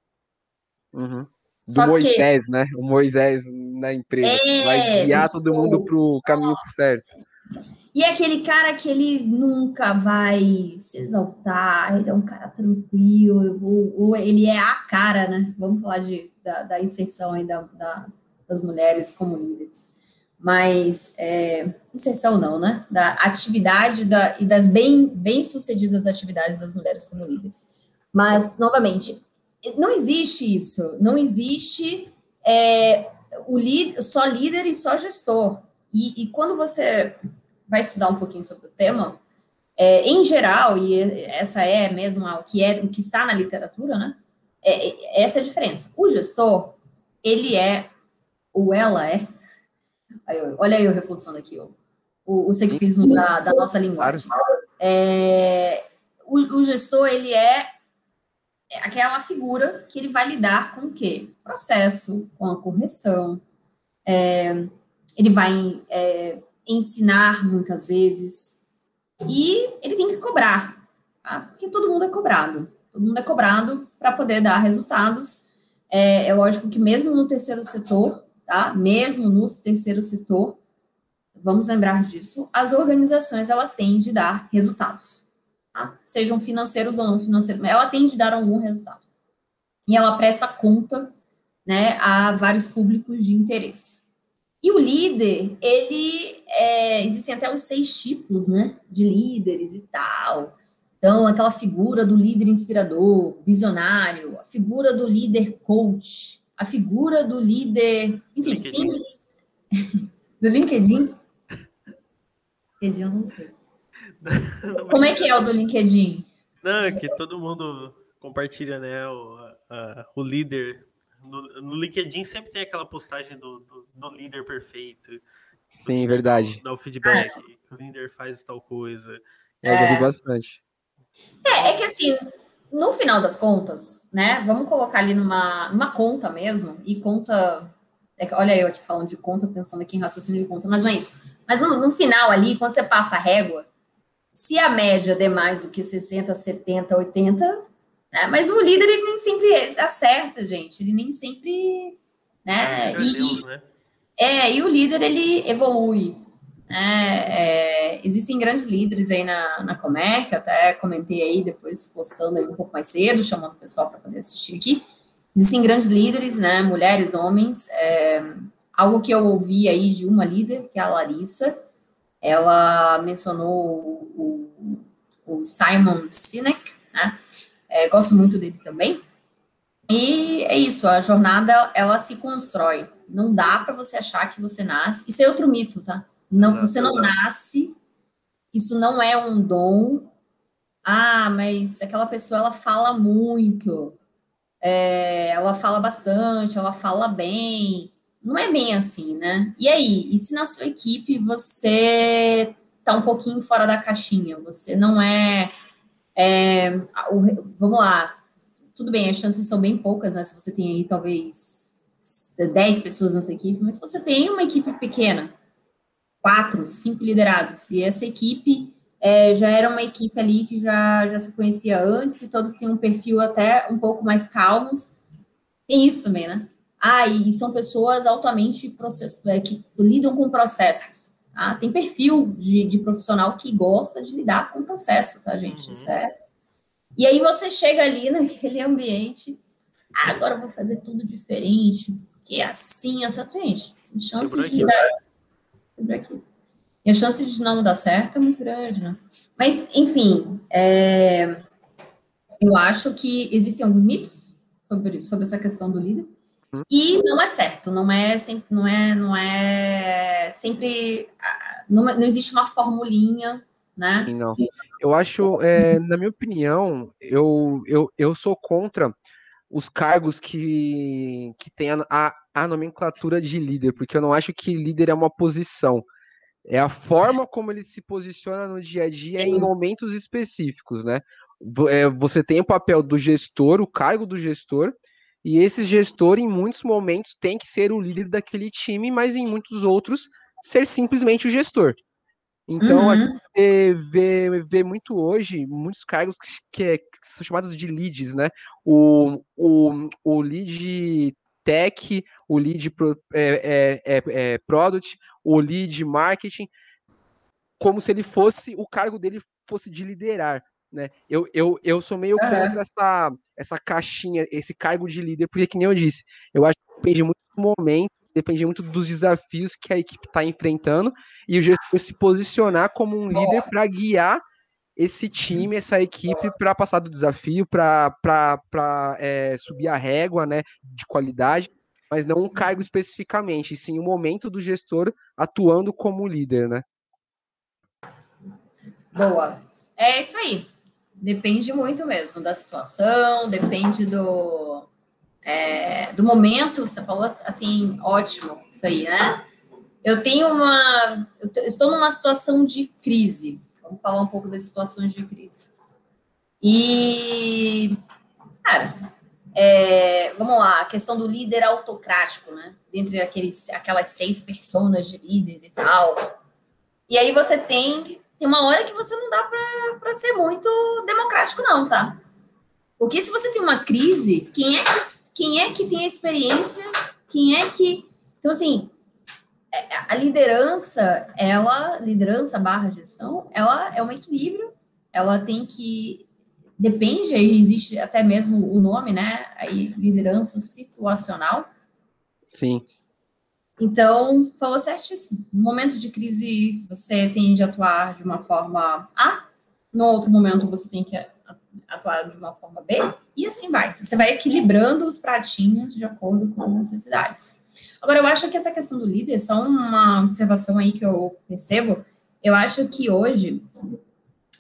Uhum. Do Só Moisés, que, né? O Moisés na empresa. É, vai guiar tipo, todo mundo pro caminho certo. E é aquele cara que ele nunca vai se exaltar, ele é um cara tranquilo, ou, ou ele é a cara, né? Vamos falar de, da, da inserção aí da, da, das mulheres como líderes. Mas, é, inserção não, né? Da atividade da, e das bem, bem-sucedidas atividades das mulheres como líderes. Mas, novamente, não existe isso. Não existe é, o líder, só líder e só gestor. E, e quando você vai estudar um pouquinho sobre o tema, é, em geral, e essa é mesmo o que, é, o que está na literatura, né? É, essa é a diferença. O gestor, ele é, ou ela é, aí, olha aí eu reforçando aqui ó, o, o sexismo da, da nossa linguagem. É, o, o gestor, ele é aquela figura que ele vai lidar com o quê? Processo, com a correção, é, ele vai é, ensinar muitas vezes, e ele tem que cobrar, tá? Porque todo mundo é cobrado, todo mundo é cobrado para poder dar resultados. É, é lógico que mesmo no terceiro setor, tá? Mesmo no terceiro setor, vamos lembrar disso, as organizações, elas têm de dar resultados, tá? Sejam financeiros ou não financeiros, mas ela tem de dar algum resultado. E ela presta conta, né, a vários públicos de interesse. E o líder, ele, é, existem até os seis tipos, né, de líderes e tal. Então, aquela figura do líder inspirador, visionário, a figura do líder coach, a figura do líder, enfim, LinkedIn. tem isso. Do LinkedIn? LinkedIn eu não sei. Como é que é o do LinkedIn? Não, é que todo mundo compartilha, né, o, a, o líder. No, no LinkedIn sempre tem aquela postagem do, do, do líder perfeito. Sim, líder verdade. Dá, dá o feedback, ah. O líder faz tal coisa. É, já vi bastante. É, é que assim, no final das contas, né, vamos colocar ali numa, numa conta mesmo, e conta, é que, olha eu aqui falando de conta, pensando aqui em raciocínio de conta, mas não é isso. Mas no, no final ali, quando você passa a régua, se a média der mais do que sessenta, setenta, oitenta, né, mas o líder, ele nem sempre acerta, gente, ele nem sempre, né, é, e, Deus, né? É, e o líder, ele evolui, né? É, existem grandes líderes aí na, na Comerc, até comentei aí depois, postando aí um pouco mais cedo, chamando o pessoal para poder assistir aqui. Existem grandes líderes, né? Mulheres, homens. É, algo que eu ouvi aí de uma líder, que é a Larissa, ela mencionou o, o, o Simon Sinek, né? É, gosto muito dele também. E é isso, a jornada, ela se constrói. Não dá para você achar que você nasce. Isso é outro mito, tá? Não, você não nasce, isso não é um dom. Ah, mas aquela pessoa, ela fala muito, é, ela fala bastante, ela fala bem. Não é bem assim, né? E aí? E se na sua equipe você tá um pouquinho fora da caixinha? Você não é... é o, vamos lá. Tudo bem, as chances são bem poucas, né? Se você tem aí, talvez, dez pessoas na sua equipe, mas se você tem uma equipe pequena, quatro, cinco liderados, e essa equipe é, já era uma equipe ali que já, já se conhecia antes, e todos têm um perfil até um pouco mais calmos. Tem isso também, né? Ah, e são pessoas altamente processos, é, que lidam com processos. Tá? Tem perfil de, de profissional que gosta de lidar com processo, tá, gente? Uhum. Isso é... E aí você chega ali naquele ambiente, ah, agora eu vou fazer tudo diferente, porque é assim, essa gente, a chance de dar... Quebra aqui. E a chance de não dar certo é muito grande, né? Mas, enfim, é... eu acho que existem alguns mitos sobre, sobre essa questão do líder, e não é certo, não é sempre, não é, não é sempre, não, não existe uma formulinha, né? Não. Eu acho, é, na minha opinião, eu, eu, eu sou contra os cargos que, que tem a, a, a nomenclatura de líder, porque eu não acho que líder é uma posição. É a forma como ele se posiciona no dia a dia em momentos específicos, né? Você tem o papel do gestor, o cargo do gestor, e esse gestor, em muitos momentos, tem que ser o líder daquele time, mas em muitos outros, ser simplesmente o gestor. Então, uhum. a gente vê, vê muito hoje, muitos cargos que, que, é, que são chamados de leads, né? O, o, o lead tech, o lead pro, é, é, é, product, o lead marketing, como se ele fosse, o cargo dele fosse de liderar, né? Eu, eu, eu sou meio uhum. contra essa, essa caixinha, esse cargo de líder, porque, que nem eu disse, eu acho que depende muito do momento, depende muito dos desafios que a equipe está enfrentando, e o gestor se posicionar como um líder para guiar esse time, essa equipe, para passar do desafio, para é, subir a régua, né, de qualidade, mas não um cargo especificamente, e sim o momento do gestor atuando como líder, né? Boa. É isso aí. Depende muito mesmo da situação, depende do, é, do momento. Você falou assim, ótimo, isso aí, né? Eu tenho uma... Eu estou numa situação de crise. Vamos falar um pouco das situações de crise. E, cara, é, vamos lá, a questão do líder autocrático, né? Dentre aqueles, aquelas seis personas de líder e tal. E aí você tem... Tem uma hora que você não dá para ser muito democrático, não, tá? Porque se você tem uma crise, quem é que, quem é que tem a experiência? Quem é que... Então, assim, a liderança, ela... Liderança barra gestão, ela é um equilíbrio. Ela tem que... Depende, aí existe até mesmo o nome, né? Aí, liderança situacional. Sim. Então, falou certíssimo. No momento de crise, você tem de atuar de uma forma A, no outro momento você tem que atuar de uma forma B, e assim vai. Você vai equilibrando os pratinhos de acordo com as necessidades. Agora, eu acho que essa questão do líder, só uma observação aí que eu percebo, eu acho que hoje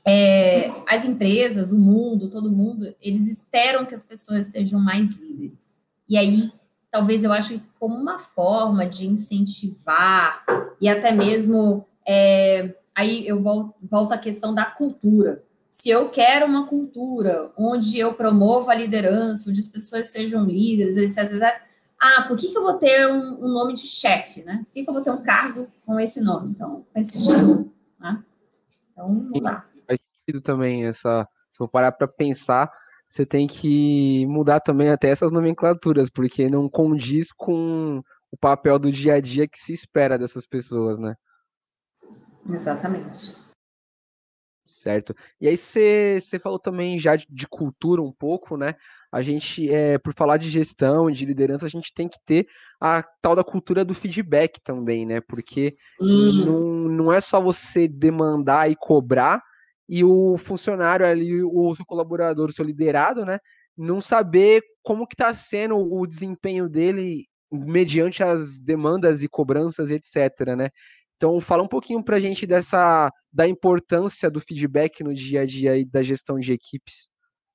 é, as empresas, o mundo, todo mundo, eles esperam que as pessoas sejam mais líderes. E aí, talvez eu acho que como uma forma de incentivar e até mesmo, é, aí eu volto, volto à questão da cultura. Se eu quero uma cultura onde eu promovo a liderança, onde as pessoas sejam líderes, etc, etcétera. Ah, por que, que eu vou ter um, um nome de chefe, né? Por que, que eu vou ter um cargo com esse nome? Então, faz sentido, né? Então, não dá. Faz sentido também essa. Se eu parar para pensar, você tem que mudar também até essas nomenclaturas, porque não condiz com o papel do dia a dia que se espera dessas pessoas, né? Exatamente. Certo. E aí você, você falou também já de, de cultura um pouco, né? A gente, é, por falar de gestão, de liderança, a gente tem que ter a tal da cultura do feedback também, né? Porque não, não é só você demandar e cobrar e o funcionário ali, o seu colaborador, o seu liderado, né? Não saber como que está sendo o desempenho dele mediante as demandas e cobranças, etcétera, né? Então, fala um pouquinho para a gente dessa, da importância do feedback no dia a dia e da gestão de equipes.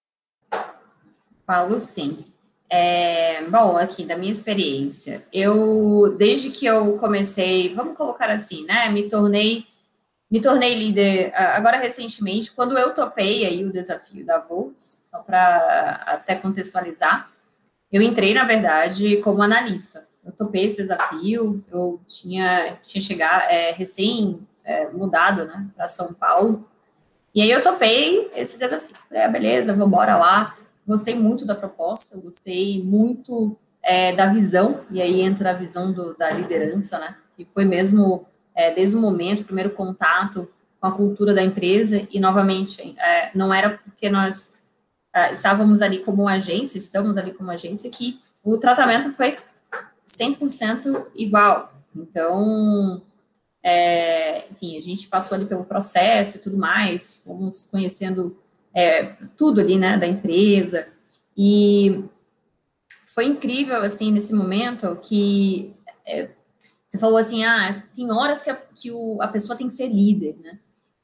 Falo sim. É, bom, aqui, da minha experiência, eu, desde que eu comecei, vamos colocar assim, né, me tornei, me tornei líder agora recentemente, quando eu topei aí o desafio da Volts, só para até contextualizar, eu entrei, na verdade, como analista. Eu topei esse desafio, eu tinha, tinha chegado, é, recém é, mudado, né, para São Paulo, e aí eu topei esse desafio. Falei, ah, beleza, vamos embora lá. Gostei muito da proposta, gostei muito é, da visão, e aí entra a visão do, da liderança, né, que foi mesmo, é, desde o momento, o primeiro contato com a cultura da empresa, e novamente, é, não era porque nós Uh, estávamos ali como agência, estamos ali como agência, que o tratamento foi cem por cento igual. Então, é, enfim, a gente passou ali pelo processo e tudo mais, fomos conhecendo é, tudo ali, né, da empresa, e foi incrível, assim, nesse momento que é, você falou assim, ah, tem horas que, a, que o, a pessoa tem que ser líder, né?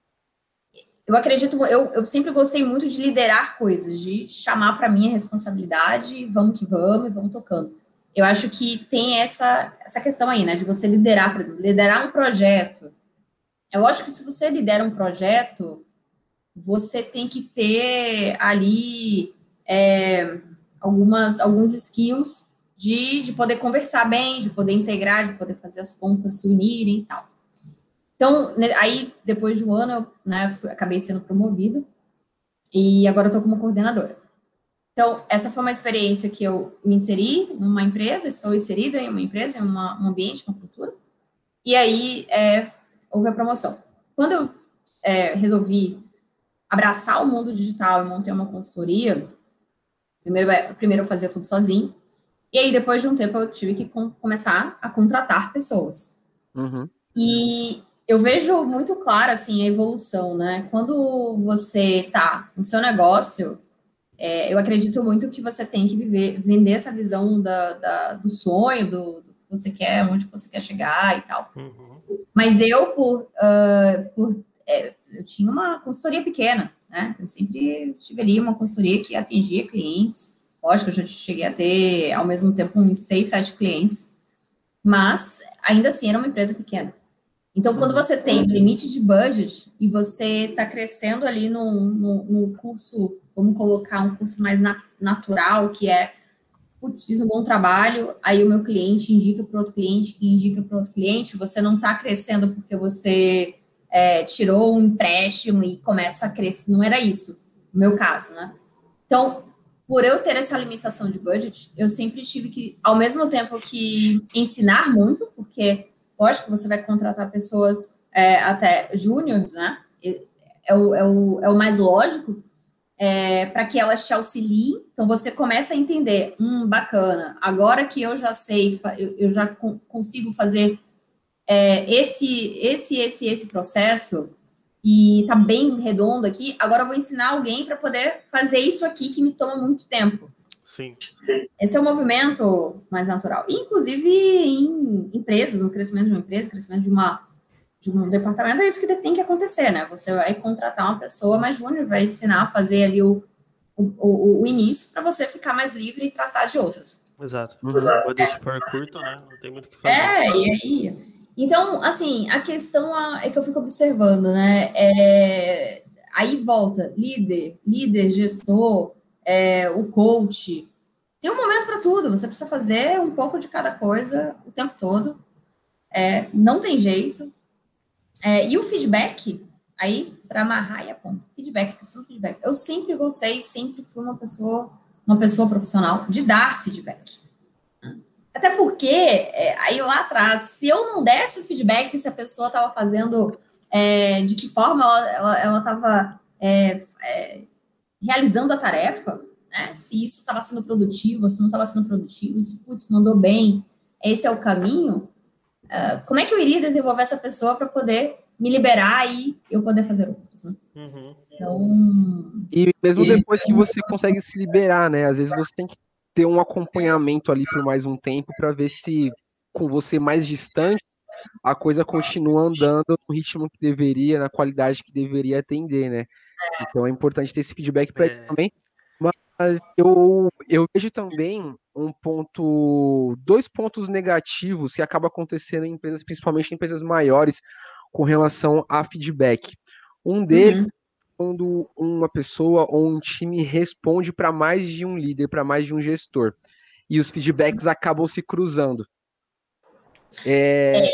Eu acredito, eu, eu sempre gostei muito de liderar coisas, de chamar para mim a responsabilidade, vamos que vamos, e vamos tocando. Eu acho que tem essa, essa questão aí, né, de você liderar, por exemplo, liderar um projeto. É lógico que se você lidera um projeto, você tem que ter ali é, algumas, alguns skills de, de poder conversar bem, de poder integrar, de poder fazer as pontas se unirem e tal. Então, aí, depois de um ano, eu né, fui, acabei sendo promovida e agora eu estou como coordenadora. Então, essa foi uma experiência que eu me inseri numa empresa, estou inserida em uma empresa, em uma, um ambiente, uma cultura, e aí é, houve a promoção. Quando eu é, resolvi abraçar o mundo digital e montei uma consultoria, primeiro, primeiro eu fazia tudo sozinho, e aí depois de um tempo eu tive que com, começar a contratar pessoas. Uhum. E eu vejo muito clara, assim, a evolução, né? Quando você tá no seu negócio, é, eu acredito muito que você tem que viver, vender essa visão da, da, do sonho, do, do que você quer, onde você quer chegar e tal. Uhum. Mas eu, por, uh, por é, eu tinha uma consultoria pequena, né? Eu sempre tive ali uma consultoria que atendia clientes. Lógico, eu já cheguei a ter, ao mesmo tempo, uns seis, sete clientes. Mas, ainda assim, era uma empresa pequena. Então, quando você tem um limite de budget e você está crescendo ali no, no, no curso, vamos colocar um curso mais na, natural, que é, putz, fiz um bom trabalho, aí o meu cliente indica para outro cliente, que indica para outro cliente, você não está crescendo porque você é, tirou um empréstimo e começa a crescer, não era isso, no meu caso, né? Então, por eu ter essa limitação de budget, eu sempre tive que, ao mesmo tempo que ensinar muito, porque lógico que você vai contratar pessoas é, até júniores, né? É o, é, o, é o mais lógico, é, para que elas te auxiliem. Então, você começa a entender, hum, bacana, agora que eu já sei, eu, eu já co- consigo fazer é, esse, esse, esse, esse processo, e tá bem redondo aqui, agora eu vou ensinar alguém para poder fazer isso aqui que me toma muito tempo. Sim. Esse é o movimento mais natural. Inclusive em empresas, o crescimento de uma empresa, o crescimento de uma, de um departamento, é isso que tem que acontecer, né? Você vai contratar uma pessoa mais júnior, vai ensinar a fazer ali o, o, o, o início para você ficar mais livre e tratar de outros. Exato. Quando é. for curto, né? Não tem muito o que fazer. É, e aí... Então, assim, a questão é que eu fico observando, né? É, aí volta, líder, líder, gestor, é, o coach. Tem um momento para tudo, você precisa fazer um pouco de cada coisa o tempo todo. É, não tem jeito. É, e o feedback, aí, para amarrar e apontar, feedback, questão do feedback. Eu sempre gostei, sempre fui uma pessoa, uma pessoa profissional de dar feedback. Até porque, é, aí lá atrás, se eu não desse o feedback se a pessoa estava fazendo, é, de que forma ela estava é, é, realizando a tarefa, né? Se isso estava sendo produtivo, se não estava sendo produtivo, se, putz, mandou bem, esse é o caminho, uh, como é que eu iria desenvolver essa pessoa para poder me liberar e eu poder fazer outros, né? Uhum. Então... E mesmo depois que você consegue se liberar, né? Às vezes você tem que ter um acompanhamento ali por mais um tempo para ver se com você mais distante a coisa continua andando no ritmo que deveria, na qualidade que deveria atender, né? Então é importante ter esse feedback para É. ele também. Mas eu, eu vejo também um ponto, dois pontos negativos que acabam acontecendo em empresas, principalmente em empresas maiores, com relação a feedback. Um deles Uhum. quando uma pessoa ou um time responde para mais de um líder, para mais de um gestor. E os feedbacks acabam se cruzando. É,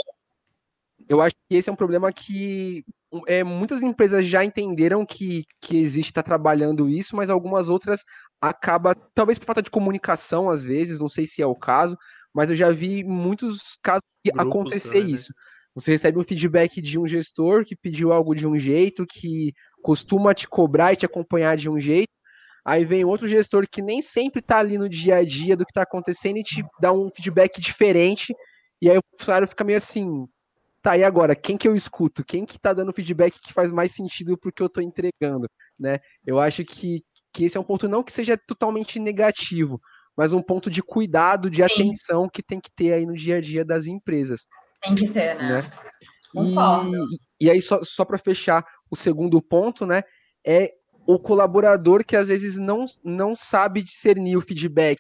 eu acho que esse é um problema que é, muitas empresas já entenderam que, que existe, está trabalhando isso, mas algumas outras acabam, talvez por falta de comunicação, às vezes, não sei se é o caso, mas eu já vi muitos casos de Grupos, acontecer né? isso. Você recebe um feedback de um gestor que pediu algo de um jeito, que costuma te cobrar e te acompanhar de um jeito, aí vem outro gestor que nem sempre está ali no dia a dia do que está acontecendo e te dá um feedback diferente, e aí o funcionário fica meio assim, tá, e agora, quem que eu escuto? Quem que tá dando feedback que faz mais sentido pro que eu tô entregando, né? Eu acho que, que esse é um ponto não que seja totalmente negativo, mas um ponto de cuidado, de Sim. atenção que tem que ter aí no dia a dia das empresas. Tem que ter, né? né? Concordo. E, e aí, só, só para fechar o segundo ponto, né? É o colaborador que às vezes não, não sabe discernir o feedback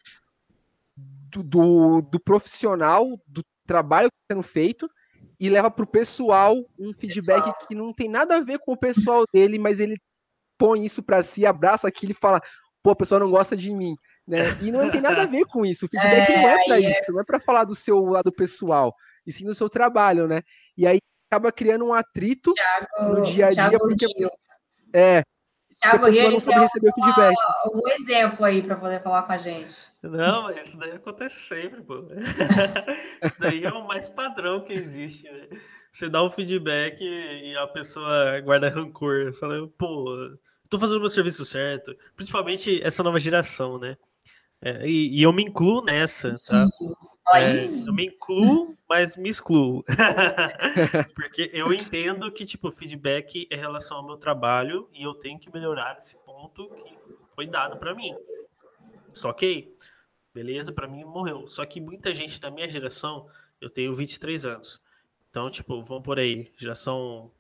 do, do, do profissional, do trabalho que está sendo feito, e leva para o pessoal um feedback pessoal. que não tem nada a ver com o pessoal dele, mas ele põe isso para si, abraça aquilo e fala, pô, a pessoa não gosta de mim, né? E não tem nada a ver com isso. O feedback é, não é para isso, é... não é para falar do seu lado pessoal, e sim do seu trabalho, né? E aí acaba criando um atrito Thiago, no dia a dia, Thiago porque Rio. é, Thiago a pessoa Rio, não sabe receber o feedback. Um, um exemplo aí para poder falar com a gente. Não, mas isso daí acontece sempre, pô. Isso daí é o mais padrão que existe, né? Você dá um feedback e a pessoa guarda rancor. Fala, pô, tô fazendo o meu serviço certo. Principalmente essa nova geração, né? É, e, e eu me incluo nessa, tá? É, eu me incluo, mas me excluo. Porque eu entendo que, tipo, feedback é relação ao meu trabalho e eu tenho que melhorar esse ponto que foi dado pra mim. Só que, beleza, pra mim morreu. Só que muita gente da minha geração, eu tenho vinte e três anos. Então, tipo, vamos por aí, geração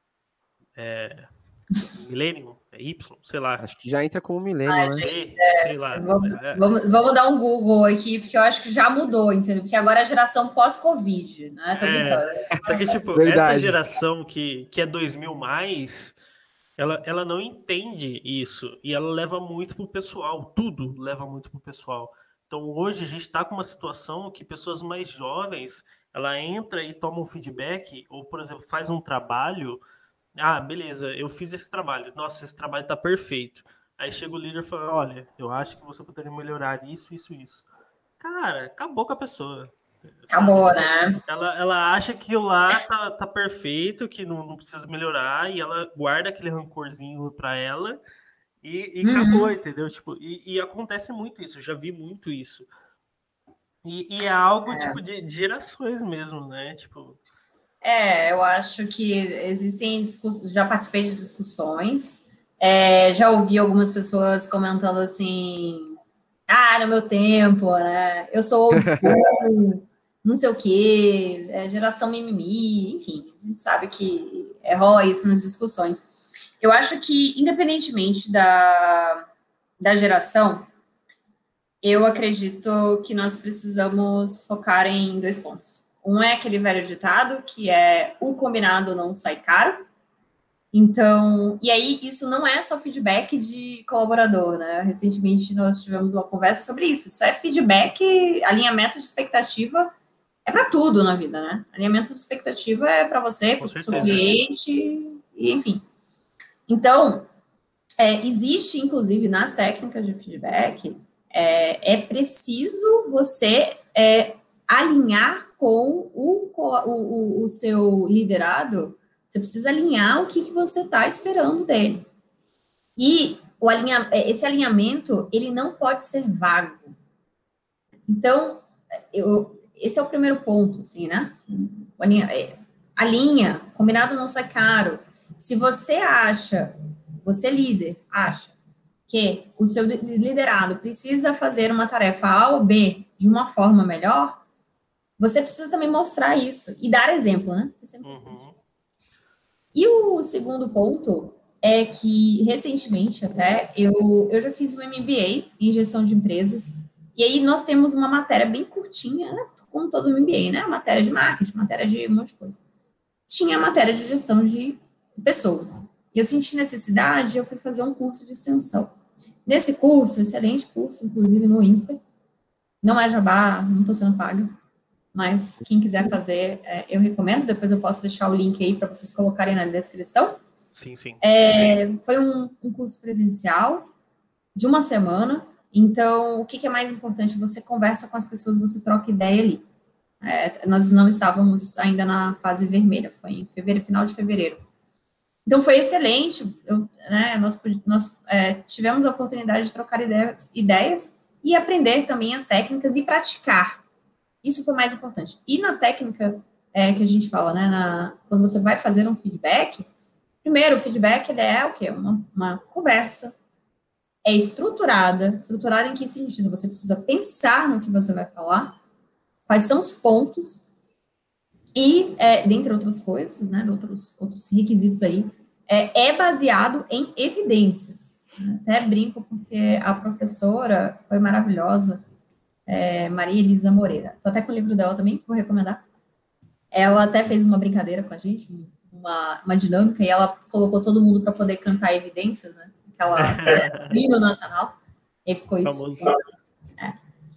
é, Millennium, é Y, sei lá. Acho que já entra como Millennium, ah, né? Sei, é, sei lá. Vamos, é. vamos, vamos dar um Google aqui, porque eu acho que já mudou, entendeu? Porque agora é a geração pós-Covid, né? Tô brincando. É, só que, tipo, Verdade. essa geração que, que é dois mil mais, ela, ela não entende isso. E ela leva muito pro pessoal. Tudo leva muito pro pessoal. Então, hoje, a gente está com uma situação que pessoas mais jovens, ela entra e toma um feedback, ou, por exemplo, faz um trabalho. Ah, beleza, eu fiz esse trabalho. Nossa, esse trabalho tá perfeito. Aí chega o líder e fala, olha, eu acho que você poderia melhorar isso, isso, isso. Cara, acabou com a pessoa. Acabou, sabe? Né? Ela, ela acha que o lá tá, tá perfeito, que não, não precisa melhorar, e ela guarda aquele rancorzinho pra ela e, e uhum. acabou, entendeu? Tipo, e, e acontece muito isso, eu já vi muito isso. E, e é algo, é. tipo, de, de gerações mesmo, né? Tipo... É, eu acho que existem discussões, já participei de discussões, é, já ouvi algumas pessoas comentando assim, ah, no meu tempo, né? Eu sou old school, não sei o quê, é, geração mimimi, enfim, a gente sabe que rola isso nas discussões. Eu acho que, independentemente da, da geração, eu acredito que nós precisamos focar em dois pontos. Um é aquele velho ditado, que é o combinado não sai caro. Então, e aí isso não é só feedback de colaborador, né? Recentemente nós tivemos uma conversa sobre isso. Isso é feedback, alinhamento de expectativa, é para tudo na vida, né? Alinhamento de expectativa é para você, para o seu cliente, e enfim. Então, é, existe, inclusive, nas técnicas de feedback, é, é preciso você é, alinhar com o, o, o seu liderado. Você precisa alinhar o que, que você está esperando dele. E o alinha, esse alinhamento, ele não pode ser vago. Então, eu, esse é o primeiro ponto, assim, né? Alinha, alinha, combinado não sai caro. Se você acha, você líder, acha que o seu liderado precisa fazer uma tarefa A ou B de uma forma melhor, você precisa também mostrar isso e dar exemplo, né? Isso é importante. Uhum. E o segundo ponto é que, recentemente até, eu, eu já fiz um M B A em gestão de empresas, e aí nós temos uma matéria bem curtinha, né, como todo M B A, né? Matéria de marketing, matéria de um monte de coisa. Tinha a matéria de gestão de pessoas. E eu senti necessidade, eu fui fazer um curso de extensão. Nesse curso, excelente curso, inclusive no INSPER, não é jabá, não estou sendo paga, mas quem quiser fazer, é, eu recomendo, depois eu posso deixar o link aí para vocês colocarem na descrição. Sim, sim. É, foi um, um curso presencial de uma semana, então o que, que é mais importante? Você conversa com as pessoas, você troca ideia ali. É, nós não estávamos ainda na fase vermelha, foi em fevereiro, final de fevereiro. Então, foi excelente, eu, né, nós, nós é, tivemos a oportunidade de trocar ideias, ideias e aprender também as técnicas e praticar. Isso foi mais importante. E na técnica é, que a gente fala, né, na, quando você vai fazer um feedback, primeiro, o feedback ele é o quê? Uma, uma conversa, é estruturada, estruturada em que sentido? Você precisa pensar no que você vai falar, quais são os pontos, e, é, dentre outras coisas, né, outros, outros requisitos aí, é, é baseado em evidências. Até brinco porque a professora foi maravilhosa, é, Maria Elisa Moreira. Estou até com o livro dela também, vou recomendar. Ela até fez uma brincadeira com a gente, uma, uma dinâmica, e ela colocou todo mundo para poder cantar evidências, né? Aquela hino nacional. E ficou isso. É.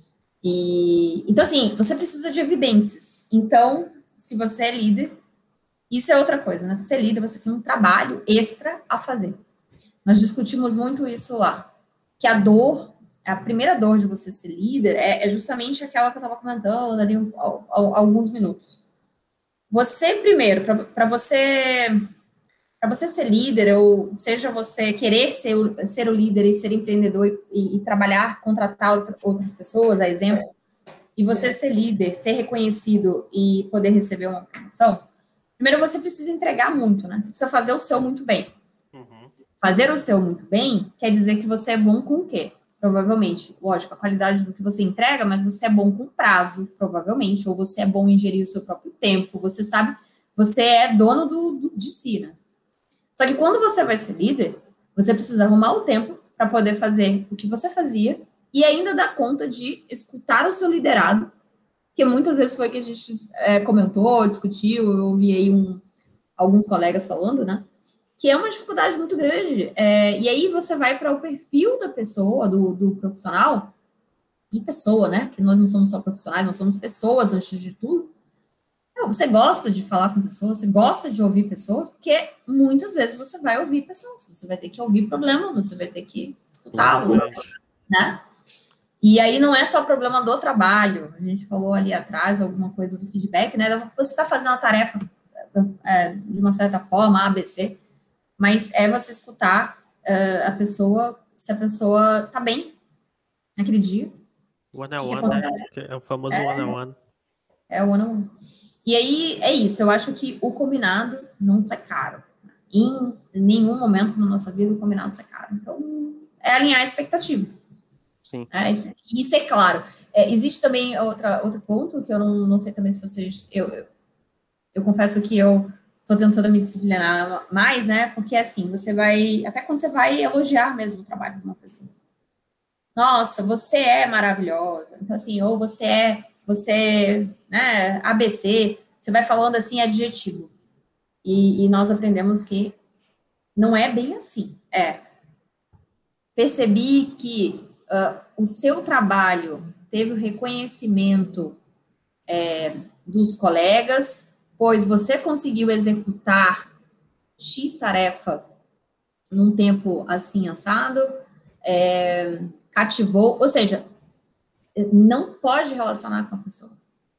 E, então, assim, você precisa de evidências. Então, se você é líder, isso é outra coisa, né? Se você é líder, você tem um trabalho extra a fazer. Nós discutimos muito isso lá, que a dor, a primeira dor de você ser líder é, é justamente aquela que eu estava comentando ali um, um, alguns minutos. Você, primeiro, para você, para você ser líder, ou seja, você querer ser o, ser o líder e ser empreendedor e, e trabalhar, contratar outra, outras pessoas, a exemplo, e você ser líder, ser reconhecido e poder receber uma promoção, primeiro você precisa entregar muito, né? Você precisa fazer o seu muito bem. Uhum. Fazer o seu muito bem quer dizer que você é bom com o quê? Provavelmente, lógico, a qualidade do que você entrega, mas você é bom com prazo, provavelmente, ou você é bom em gerir o seu próprio tempo, você sabe, você é dono do, do, de si, né? Só que quando você vai ser líder, você precisa arrumar o tempo para poder fazer o que você fazia e ainda dar conta de escutar o seu liderado, que muitas vezes foi que a gente é, comentou, discutiu, eu ouvi aí um, alguns colegas falando, né? Que é uma dificuldade muito grande. É, e aí você vai para o perfil da pessoa, do, do profissional, e pessoa, né? Que nós não somos só profissionais, nós somos pessoas antes de tudo. Não, você gosta de falar com pessoas, você gosta de ouvir pessoas, porque muitas vezes você vai ouvir pessoas, você vai ter que ouvir problema, você vai ter que escutá-los, né? E aí não é só problema do trabalho, a gente falou ali atrás alguma coisa do feedback, né? Você está fazendo a tarefa é, de uma certa forma, A, B, C, mas é você escutar uh, a pessoa, se a pessoa tá bem naquele dia. One on one, é o famoso é, one on one. É o one on one. E aí, é isso, eu acho que o combinado não sai caro. Em nenhum momento na nossa vida o combinado sai caro. Então, é alinhar a expectativa. Sim. É, e ser claro. É, existe também outra, outro ponto que eu não, não sei também se vocês... Eu, eu, eu confesso que eu tô tentando me disciplinar mais, né? Porque assim, você vai, até quando você vai elogiar mesmo o trabalho de uma pessoa. Nossa, você é maravilhosa. Então, assim, ou você é, você, né, A B C, você vai falando assim, adjetivo. E, e nós aprendemos que não é bem assim. É, percebi que uh, o seu trabalho teve o reconhecimento é, dos colegas, pois você conseguiu executar X tarefa num tempo assim assado, é, cativou, ou seja, não pode relacionar com a pessoa.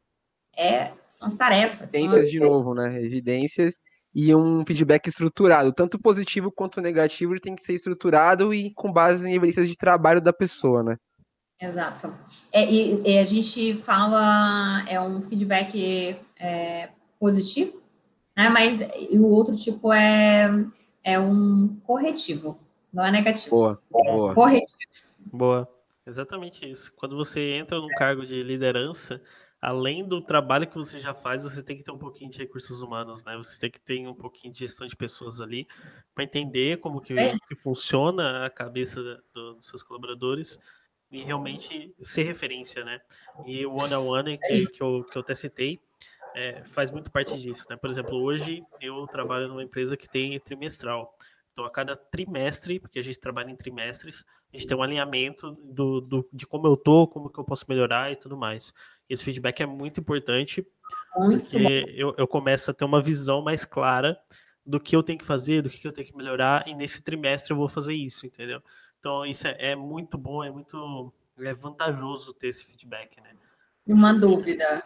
É, são as tarefas. São Evidências as... de novo, né? Evidências e um feedback estruturado, tanto positivo quanto negativo, ele tem que ser estruturado e com base em evidências de trabalho da pessoa, né? Exato. É, e, e a gente fala, é um feedback é, positivo, né? Mas o outro tipo é, é um corretivo, não é negativo. Boa, boa. Corretivo. Boa. Exatamente isso. Quando você entra num cargo de liderança, além do trabalho que você já faz, você tem que ter um pouquinho de recursos humanos, né? Você tem que ter um pouquinho de gestão de pessoas ali para entender como que, que funciona a cabeça do, dos seus colaboradores e realmente ser referência, né? E o one-on-one que, que, eu, que eu até citei é, faz muito parte disso, né? Por exemplo, hoje eu trabalho numa empresa que tem trimestral. Então, a cada trimestre, porque a gente trabalha em trimestres, a gente tem um alinhamento do, do, de como eu tô, como que eu posso melhorar e tudo mais. Esse feedback é muito importante, Muito porque eu, eu começo a ter uma visão mais clara do que eu tenho que fazer, do que eu tenho que melhorar, e nesse trimestre eu vou fazer isso, entendeu? Então, isso é, é muito bom, é muito é vantajoso ter esse feedback, né? Uma dúvida.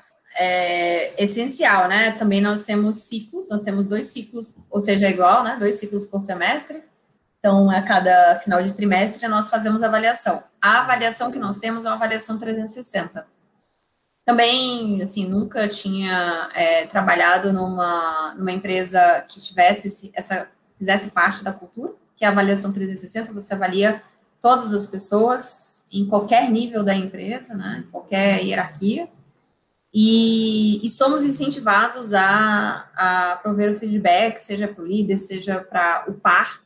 É essencial, né? Também nós temos ciclos, nós temos dois ciclos, ou seja, é igual, né? Dois ciclos por semestre. Então, a cada final de trimestre, nós fazemos avaliação. A avaliação que nós temos é uma avaliação trezentos e sessenta. Também, assim, nunca tinha é, trabalhado numa, numa empresa que tivesse esse, essa, fizesse parte da cultura, que é a avaliação trezentos e sessenta, você avalia todas as pessoas em qualquer nível da empresa, né? Em qualquer hierarquia. E, e somos incentivados a, a prover o feedback, seja para o líder, seja para o par,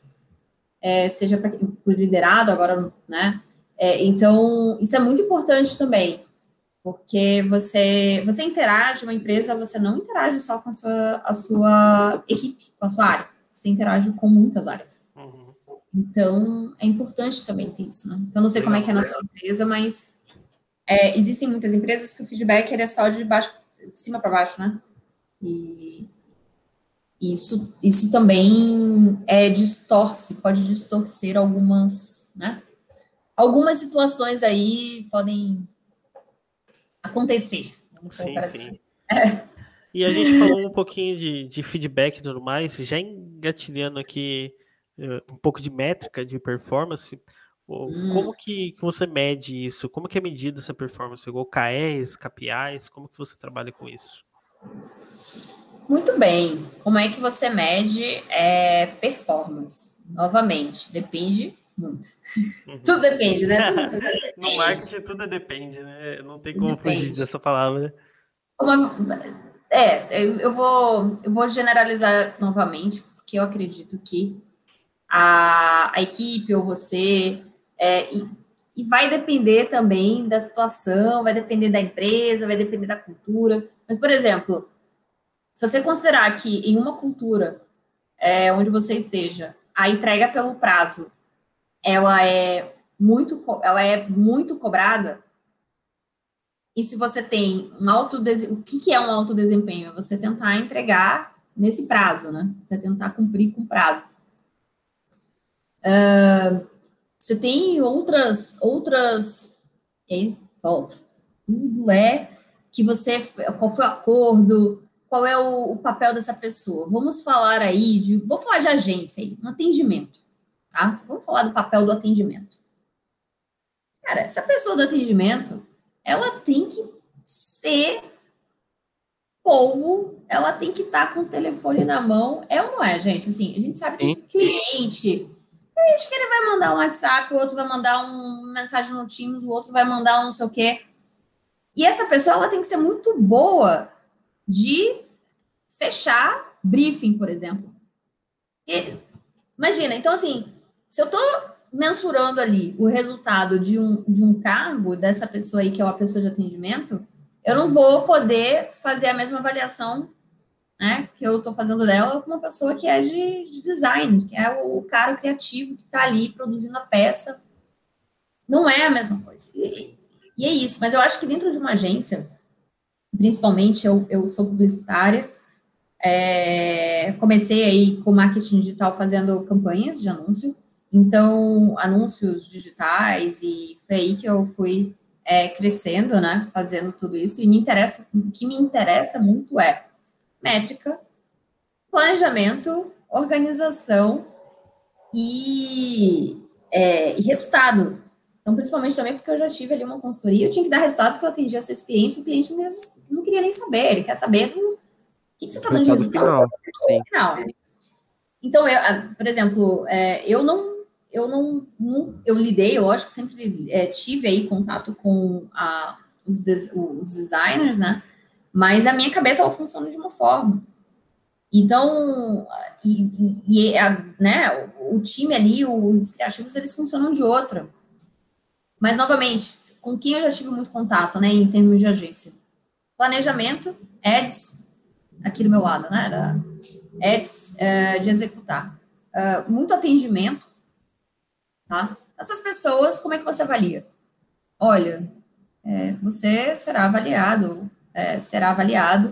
é, seja para o liderado, agora, né? É, então, isso é muito importante também, porque você, você interage, uma empresa, você não interage só com a sua, a sua equipe, com a sua área, você interage com muitas áreas. Uhum. Então, é importante também ter isso, né? Então, não sei como é que é na sua empresa, mas é, existem muitas empresas que o feedback ele é só de baixo, de cima para baixo, né? E isso, isso também é, distorce, pode distorcer algumas, né? Algumas situações aí podem acontecer. Sim, sim. É. E a gente falou um pouquinho de, de feedback e tudo mais, já engatilhando aqui uh, um pouco de métrica de performance. Hum. Como que, que você mede isso? Como que é medida essa performance? O K Es, K P Is, como que você trabalha com isso? Muito bem. Como é que você mede é, performance? Novamente, depende muito. Uhum. Tudo depende, né? Tudo depende. No marketing tudo depende, né? Não tem como depende. Fugir dessa palavra. Uma, é, eu vou, eu vou generalizar novamente, porque eu acredito que a, a equipe ou você, é, e, e vai depender também da situação, vai depender da empresa, vai depender da cultura. Mas, por exemplo, se você considerar que em uma cultura é, onde você esteja, a entrega pelo prazo, ela é muito, ela é muito cobrada, e se você tem um alto desempenho, o que, que é um alto desempenho? É você tentar entregar nesse prazo, né? Você tentar cumprir com o prazo. Uh, você tem outras, outras, e volta, tudo é que você, qual foi o acordo, qual é o, o papel dessa pessoa. Vamos falar aí de, vamos falar de agência aí, um atendimento, tá? Vamos falar do papel do atendimento. Cara, essa pessoa do atendimento, ela tem que ser polvo, ela tem que estar com o telefone na mão, é ou não é, gente? Assim, a gente sabe que o cliente, tem gente que ele vai mandar um WhatsApp, o outro vai mandar uma mensagem no Teams, o outro vai mandar um não sei o quê. E essa pessoa, ela tem que ser muito boa de fechar briefing, por exemplo. E, imagina, então assim, se eu estou mensurando ali o resultado de um, de um cargo dessa pessoa aí, que é uma pessoa de atendimento, eu não vou poder fazer a mesma avaliação, né, que eu estou fazendo dela com uma pessoa que é de, de design, que é o cara criativo que está ali produzindo a peça. Não é a mesma coisa. E, e é isso. Mas eu acho que dentro de uma agência, principalmente eu, eu sou publicitária, é, comecei aí com marketing digital fazendo campanhas de anúncio, então anúncios digitais, e foi aí que eu fui é, crescendo, né, fazendo tudo isso, e me interessa, o que me interessa muito é métrica, planejamento, organização e, é, e resultado. Então, principalmente também porque eu já tive ali uma consultoria, eu tinha que dar resultado porque eu atendia essa experiência, o cliente não queria nem saber, ele quer saber do o que, que você está dando de resultado final. Sim. final. Então, eu, por exemplo, é, eu não, eu não, não, eu lidei, lógico, sempre é, tive aí contato com a, os, des, os designers, né? Mas a minha cabeça, ela funciona de uma forma. Então, e, e, e a, né, o time ali, os criativos, eles funcionam de outra. Mas, novamente, com quem eu já tive muito contato, né, em termos de agência? Planejamento, ads, aqui do meu lado, né, da ads é, de executar. É, muito atendimento, tá? Essas pessoas, como é que você avalia? Olha, é, você será avaliado, é, será avaliado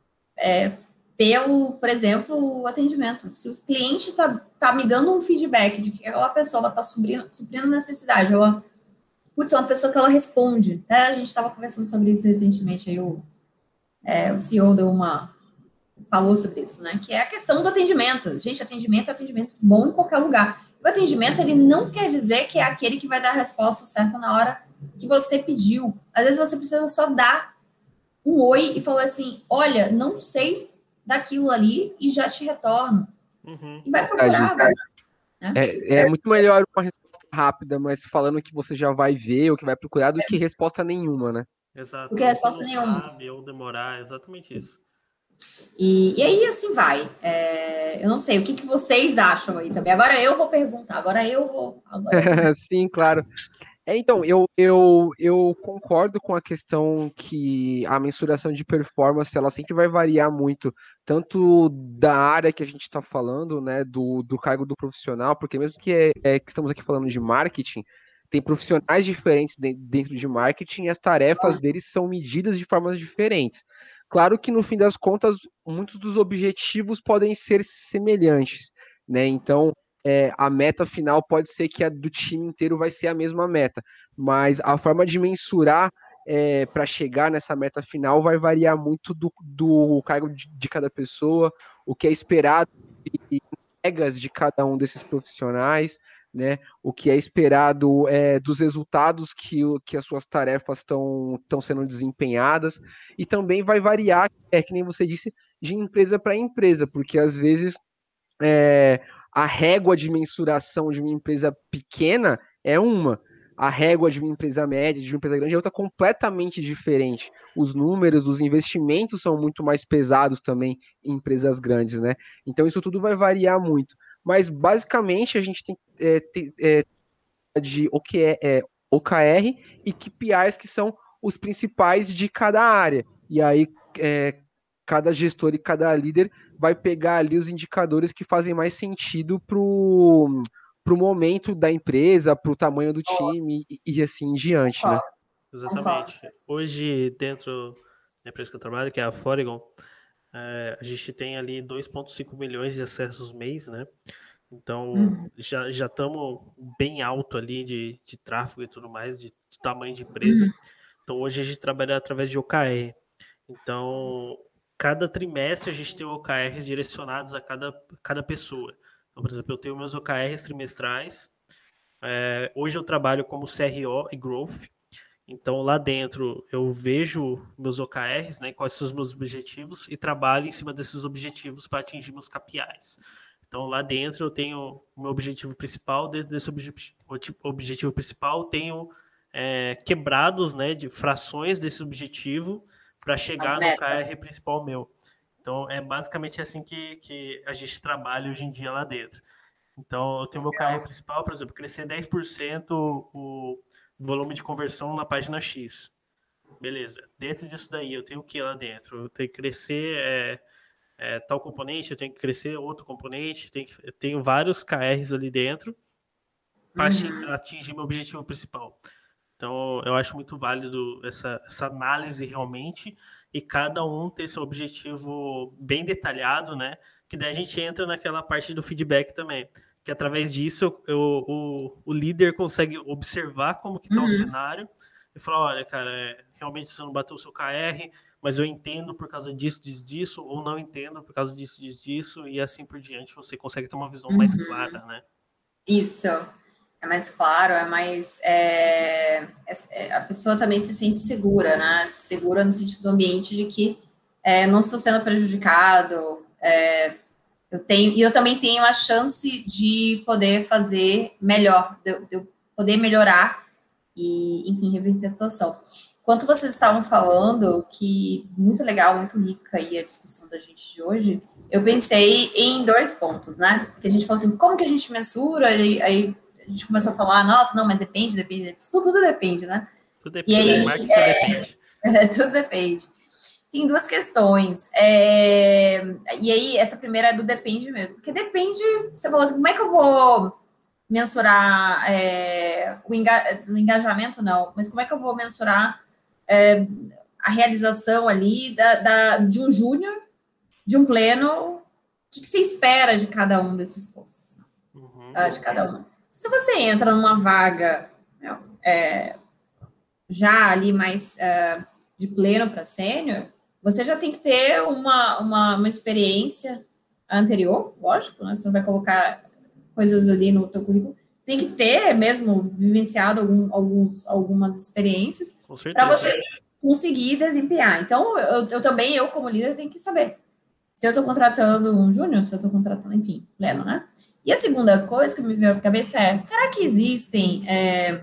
é, pelo, por exemplo, o atendimento. Se o cliente está tá me dando um feedback de que aquela pessoa está suprindo, suprindo necessidade, ela, putz, é uma pessoa que ela responde. É, a gente estava conversando sobre isso recentemente, aí o, é, o C E O deu uma, falou sobre isso, né? Que é a questão do atendimento. Gente, atendimento é atendimento bom em qualquer lugar. O atendimento, ele não quer dizer que é aquele que vai dar a resposta certa na hora que você pediu. Às vezes você precisa só dar um oi e falar assim, olha, não sei daquilo ali e já te retorno. Uhum. E vai procurar. É, né? é, é muito melhor uma resposta rápida, mas falando que você já vai ver ou que vai procurar do é. que resposta nenhuma, né? Exato. Porque resposta nenhuma. Sabe, ou demorar, exatamente isso. E, e aí, assim vai. É, eu não sei, o que, que vocês acham aí também? Agora eu vou perguntar, agora eu vou... Agora eu vou... Sim, claro. É, então, eu, eu, eu concordo com a questão que a mensuração de performance, ela sempre vai variar muito, tanto da área que a gente está falando, né, do, do cargo do profissional, porque mesmo que, é, é, que estamos aqui falando de marketing, tem profissionais diferentes de, dentro de marketing e as tarefas deles são medidas de formas diferentes. Claro que, no fim das contas, muitos dos objetivos podem ser semelhantes, né, então... É, a meta final pode ser que a do time inteiro vai ser a mesma meta, mas a forma de mensurar é, para chegar nessa meta final vai variar muito do, do cargo de, de cada pessoa, o que é esperado de entregas de cada um desses profissionais, né? O que é esperado é, dos resultados que, que as suas tarefas estão sendo desempenhadas, e também vai variar, é que nem você disse, de empresa para empresa, porque às vezes é, a régua de mensuração de uma empresa pequena é uma, a régua de uma empresa média, de uma empresa grande é outra completamente diferente. Os números, os investimentos são muito mais pesados também em empresas grandes, né? Então isso tudo vai variar muito. Mas basicamente a gente tem é, tem, é, de O Q R, é, O K R e K P Is que são os principais de cada área. E aí é, cada gestor e cada líder vai pegar ali os indicadores que fazem mais sentido pro, pro momento da empresa, pro tamanho do time e, e assim em diante, né? Exatamente. Hoje, dentro da empresa que eu trabalho, que é a Foregon, é, a gente tem ali dois vírgula cinco milhões de acessos mês, né? Então, uhum. já já estamos bem alto ali de, de tráfego e tudo mais, de, de tamanho de empresa. Uhum. Então, hoje a gente trabalha através de O K R. Então, cada trimestre a gente tem O K Rs direcionados a cada, cada pessoa. Então, por exemplo, eu tenho meus O K Rs trimestrais. É, hoje eu trabalho como C R O e Growth. Então, lá dentro, eu vejo meus O K Rs, né, quais são os meus objetivos, e trabalho em cima desses objetivos para atingir meus K P Is. Então, lá dentro, eu tenho o meu objetivo principal. Dentro desse objetivo, objetivo principal, tenho é, quebrados, né, de frações desse objetivo para chegar no O K R principal meu. Então, é basicamente assim que, que a gente trabalha hoje em dia lá dentro. Então, eu tenho meu K R principal, por exemplo, crescer dez por cento o volume de conversão na página X. Beleza. Dentro disso daí, eu tenho o que lá dentro? Eu tenho que crescer é, é, tal componente, eu tenho que crescer outro componente, eu tenho, que, eu tenho vários K Rs ali dentro para uhum. atingir meu objetivo principal. Então, eu acho muito válido essa, essa análise realmente e cada um ter seu objetivo bem detalhado, né? Que daí a gente entra naquela parte do feedback também. Que através disso, eu, o, o líder consegue observar como que está uhum. o cenário e falar, olha, cara, é, realmente você não bateu o seu K R, mas eu entendo por causa disso, disso, disso, ou não entendo por causa disso, disso, disso, e assim por diante você consegue ter uma visão uhum. mais clara, né? Isso. É mais claro, é mais... É, é, a pessoa também se sente segura, né? Segura no sentido do ambiente de que é, não estou sendo prejudicado, é, eu tenho, e eu também tenho a chance de poder fazer melhor, de, de eu poder melhorar e, enfim, reverter a situação. Enquanto vocês estavam falando, que muito legal, muito rica aí a discussão da gente de hoje, eu pensei em dois pontos, né? Porque a gente falou assim, como que a gente mensura? E aí a gente começou a falar, nossa, não, mas depende, depende, tudo, tudo depende, né? Tudo depende, e aí, marketing é, depende. É, tudo depende. Tem duas questões. É, e aí, essa primeira é do depende mesmo. Porque depende, você falou assim, como é que eu vou mensurar é, o, enga, o engajamento, não, mas como é que eu vou mensurar é, a realização ali da, da, de um júnior, de um pleno? O que, que você espera de cada um desses postos? Uhum, tá? De cada um. Se você entra numa vaga é, já ali mais é, de pleno para sênior, você já tem que ter uma, uma, uma experiência anterior, lógico, né? Você não vai colocar coisas ali no teu currículo. Você tem que ter mesmo vivenciado algum, alguns, algumas experiências para você conseguir desempenhar. Então, eu, eu também, eu como líder, tenho que saber se eu estou contratando um júnior, se eu estou contratando, enfim, pleno, né? E a segunda coisa que me veio à cabeça é, será que existem é,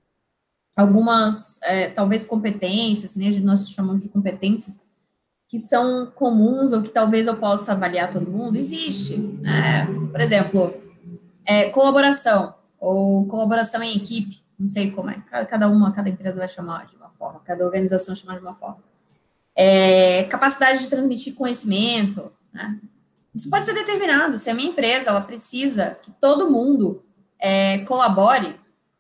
algumas, é, talvez, competências, né? Nós chamamos de competências, que são comuns ou que talvez eu possa avaliar todo mundo? Existe, né? Por exemplo, é, colaboração, ou colaboração em equipe, não sei como é, cada uma, cada empresa vai chamar de uma forma, cada organização chama de uma forma. É, capacidade de transmitir conhecimento, né? Isso pode ser determinado, se a minha empresa, ela precisa que todo mundo é, colabore,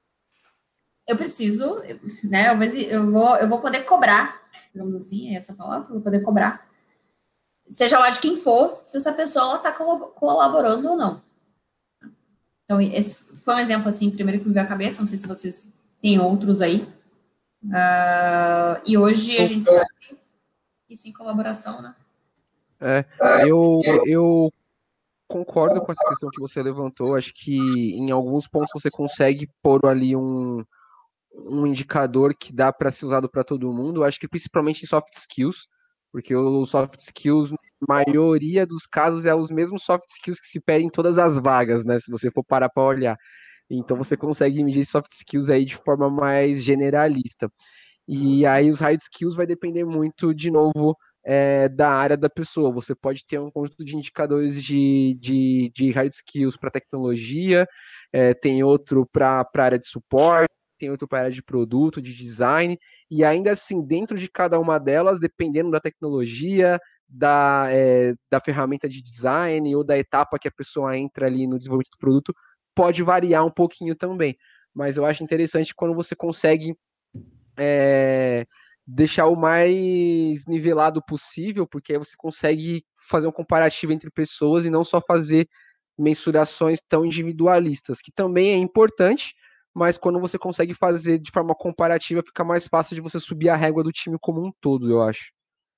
eu preciso, né, eu vou, eu, vou, eu vou poder cobrar, digamos assim, é essa palavra, eu vou poder cobrar, seja lá de quem for, se essa pessoa está colaborando ou não. Então, esse foi um exemplo, assim, primeiro que me veio à cabeça, não sei se vocês têm outros aí. Uh, e hoje a gente sabe que sim, colaboração, né? É, eu, eu concordo com essa questão que você levantou, acho que em alguns pontos você consegue pôr ali um, um indicador que dá para ser usado para todo mundo, acho que principalmente em soft skills, porque o soft skills, na maioria dos casos, é os mesmos soft skills que se pedem em todas as vagas, né, se você for parar para olhar. Então você consegue medir soft skills aí de forma mais generalista. E aí os hard skills vai depender muito, de novo, é, da área da pessoa. Você pode ter um conjunto de indicadores de, de, de hard skills para tecnologia, é, tem outro para a área de suporte, tem outro para a área de produto, de design, e ainda assim, dentro de cada uma delas, dependendo da tecnologia, da, é, da ferramenta de design ou da etapa que a pessoa entra ali no desenvolvimento do produto, pode variar um pouquinho também. Mas eu acho interessante quando você consegue é, deixar o mais nivelado possível, porque aí você consegue fazer um comparativo entre pessoas e não só fazer mensurações tão individualistas, que também é importante, mas quando você consegue fazer de forma comparativa, fica mais fácil de você subir a régua do time como um todo, eu acho.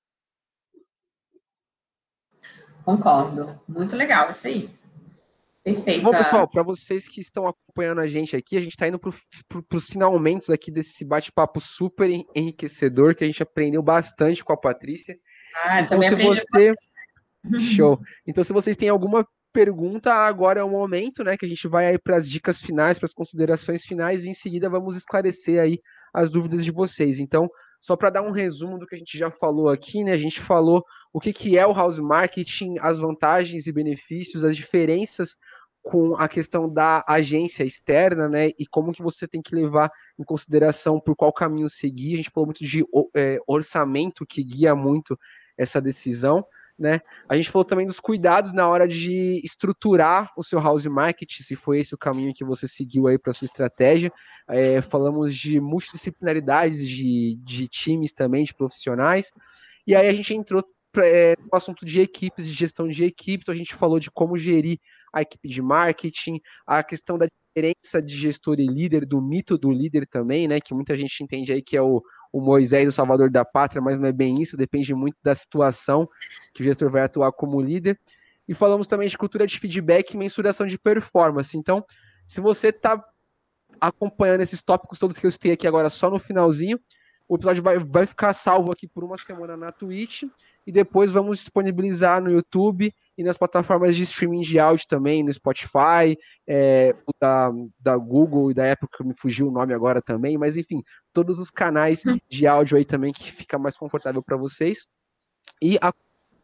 Concordo. Muito legal isso aí. Perfeito. Bom, pessoal, para vocês que estão acompanhando a gente aqui, a gente está indo para pro, os finalmente aqui desse bate-papo super enriquecedor, que a gente aprendeu bastante com a Patrícia. Ah, então, se você... Show. Então, se vocês têm alguma pergunta, agora é o momento, né, que a gente vai aí para as dicas finais, para as considerações finais, e em seguida vamos esclarecer aí as dúvidas de vocês. Então, só para dar um resumo do que a gente já falou aqui, né? A gente falou o que, que é o house marketing, as vantagens e benefícios, as diferenças com a questão da agência externa, né? E como que você tem que levar em consideração por qual caminho seguir. A gente falou muito de é, orçamento, que guia muito essa decisão, né? A gente falou também dos cuidados na hora de estruturar o seu house marketing, se foi esse o caminho que você seguiu aí para sua estratégia. É, falamos de multidisciplinaridades de, de times também, de profissionais. E aí a gente entrou é, no assunto de equipes, de gestão de equipe. Então a gente falou de como gerir a equipe de marketing, a questão da diferença de gestor e líder, do mito do líder também, né? Que muita gente entende aí que é o o Moisés, o salvador da pátria, mas não é bem isso, depende muito da situação que o gestor vai atuar como líder. E falamos também de cultura de feedback e mensuração de performance. Então, se você está acompanhando esses tópicos todos que eu citei aqui agora só no finalzinho, o episódio vai, vai ficar salvo aqui por uma semana na Twitch e depois vamos disponibilizar no YouTube e nas plataformas de streaming de áudio também, no Spotify, é, da, da Google e da Apple, que me fugiu o nome agora também, mas enfim, todos os canais de áudio aí também que fica mais confortável para vocês. E a...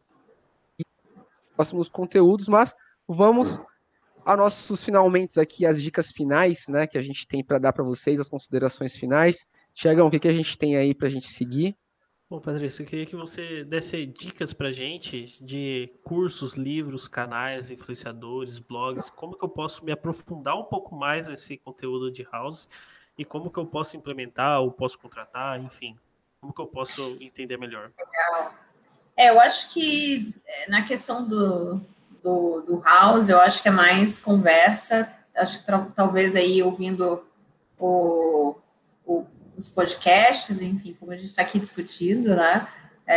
próximos conteúdos, mas vamos a nossos finalmente aqui, as dicas finais, né, que a gente tem para dar para vocês, as considerações finais. Tiagão, o que, que a gente tem aí para a gente seguir? Bom, Patrícia, eu queria que você desse dicas para a gente de cursos, livros, canais, influenciadores, blogs, como que eu posso me aprofundar um pouco mais nesse conteúdo de house e como que eu posso implementar ou posso contratar, enfim, como que eu posso entender melhor. Legal. É, eu acho que na questão do, do, do house, eu acho que é mais conversa, acho que talvez aí ouvindo o, o os podcasts, enfim, como a gente está aqui discutindo, né,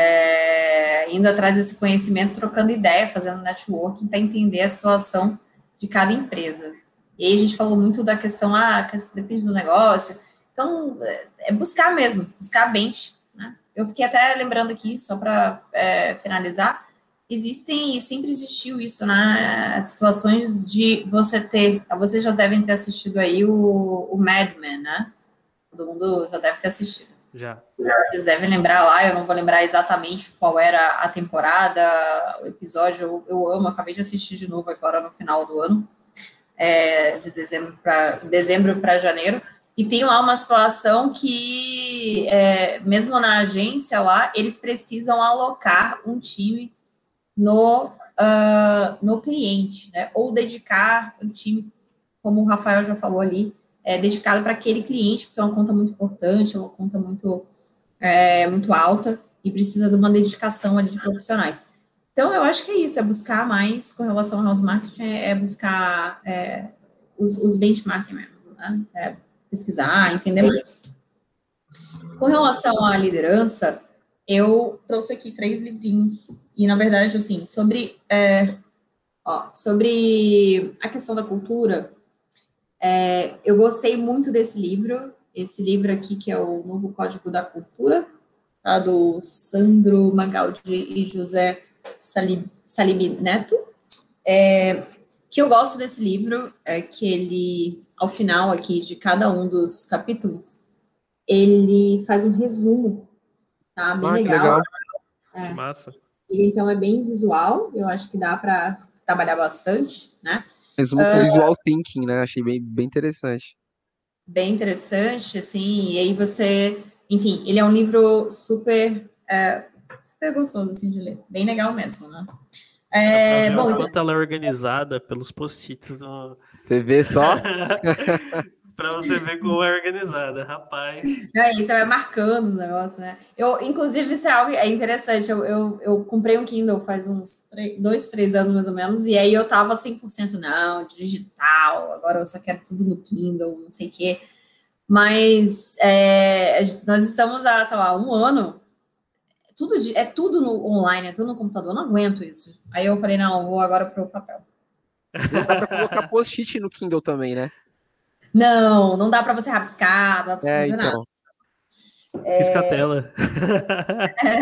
é, indo atrás desse conhecimento, trocando ideia, fazendo networking para entender a situação de cada empresa. E aí a gente falou muito da questão, ah, depende do negócio, então é buscar mesmo, buscar bench, né? Eu fiquei até lembrando aqui, só para é, finalizar, existem, e sempre existiu isso, né, situações de você ter, vocês já devem ter assistido aí o, o Mad Men, né? Todo mundo já deve ter assistido. Já. Vocês devem lembrar lá, eu não vou lembrar exatamente qual era a temporada, o episódio, eu, eu amo, acabei de assistir de novo agora no final do ano, é, de dezembro para dezembro para janeiro, e tem lá uma situação que, é, mesmo na agência lá, eles precisam alocar um time no, uh, no cliente, né? Ou dedicar um time, como o Rafael já falou ali, é, dedicado para aquele cliente, porque é uma conta muito importante, é uma conta muito, é, muito alta e precisa de uma dedicação ali de profissionais. Então, eu acho que é isso, é buscar mais, com relação ao house marketing, é, é buscar é, os, os benchmarking mesmo, né? É pesquisar, entender mais. Com relação à liderança, eu trouxe aqui três livrinhos, e, na verdade, assim, sobre, é, ó, sobre a questão da cultura. É, eu gostei muito desse livro, esse livro aqui, que é o Novo Código da Cultura, tá, do Sandro Magaldi e José Salib, Salib Neto, é, que eu gosto desse livro, é que ele, ao final aqui de cada um dos capítulos, ele faz um resumo, tá, bem ah, legal. legal. É, que massa. E, então é bem visual, eu acho que dá para trabalhar bastante, né? Resumo com uh, visual thinking, né? Achei bem, bem interessante. Bem interessante, assim, e aí você... Enfim, ele é um livro super, é, super gostoso, assim, de ler. Bem legal mesmo, né? É, bom, enquanto ela é organizada pelos post-its. No... Você vê só? Para você ver como é organizada, rapaz. É, isso vai marcando os negócios, né? Eu, inclusive, isso é algo é interessante. Eu, eu, eu comprei um Kindle faz uns três, dois, três anos, mais ou menos, e aí eu tava cem por cento não, digital, agora eu só quero tudo no Kindle, não sei o quê. Mas é, nós estamos há, sei lá, um ano, tudo, é tudo no online, é tudo no computador, eu não aguento isso. Aí eu falei, não, vou agora pro papel. Dá pra colocar post-it no Kindle também, né? Não, não dá para você rabiscar, não dá pra é, fazer então. nada. Pisca a tela. É,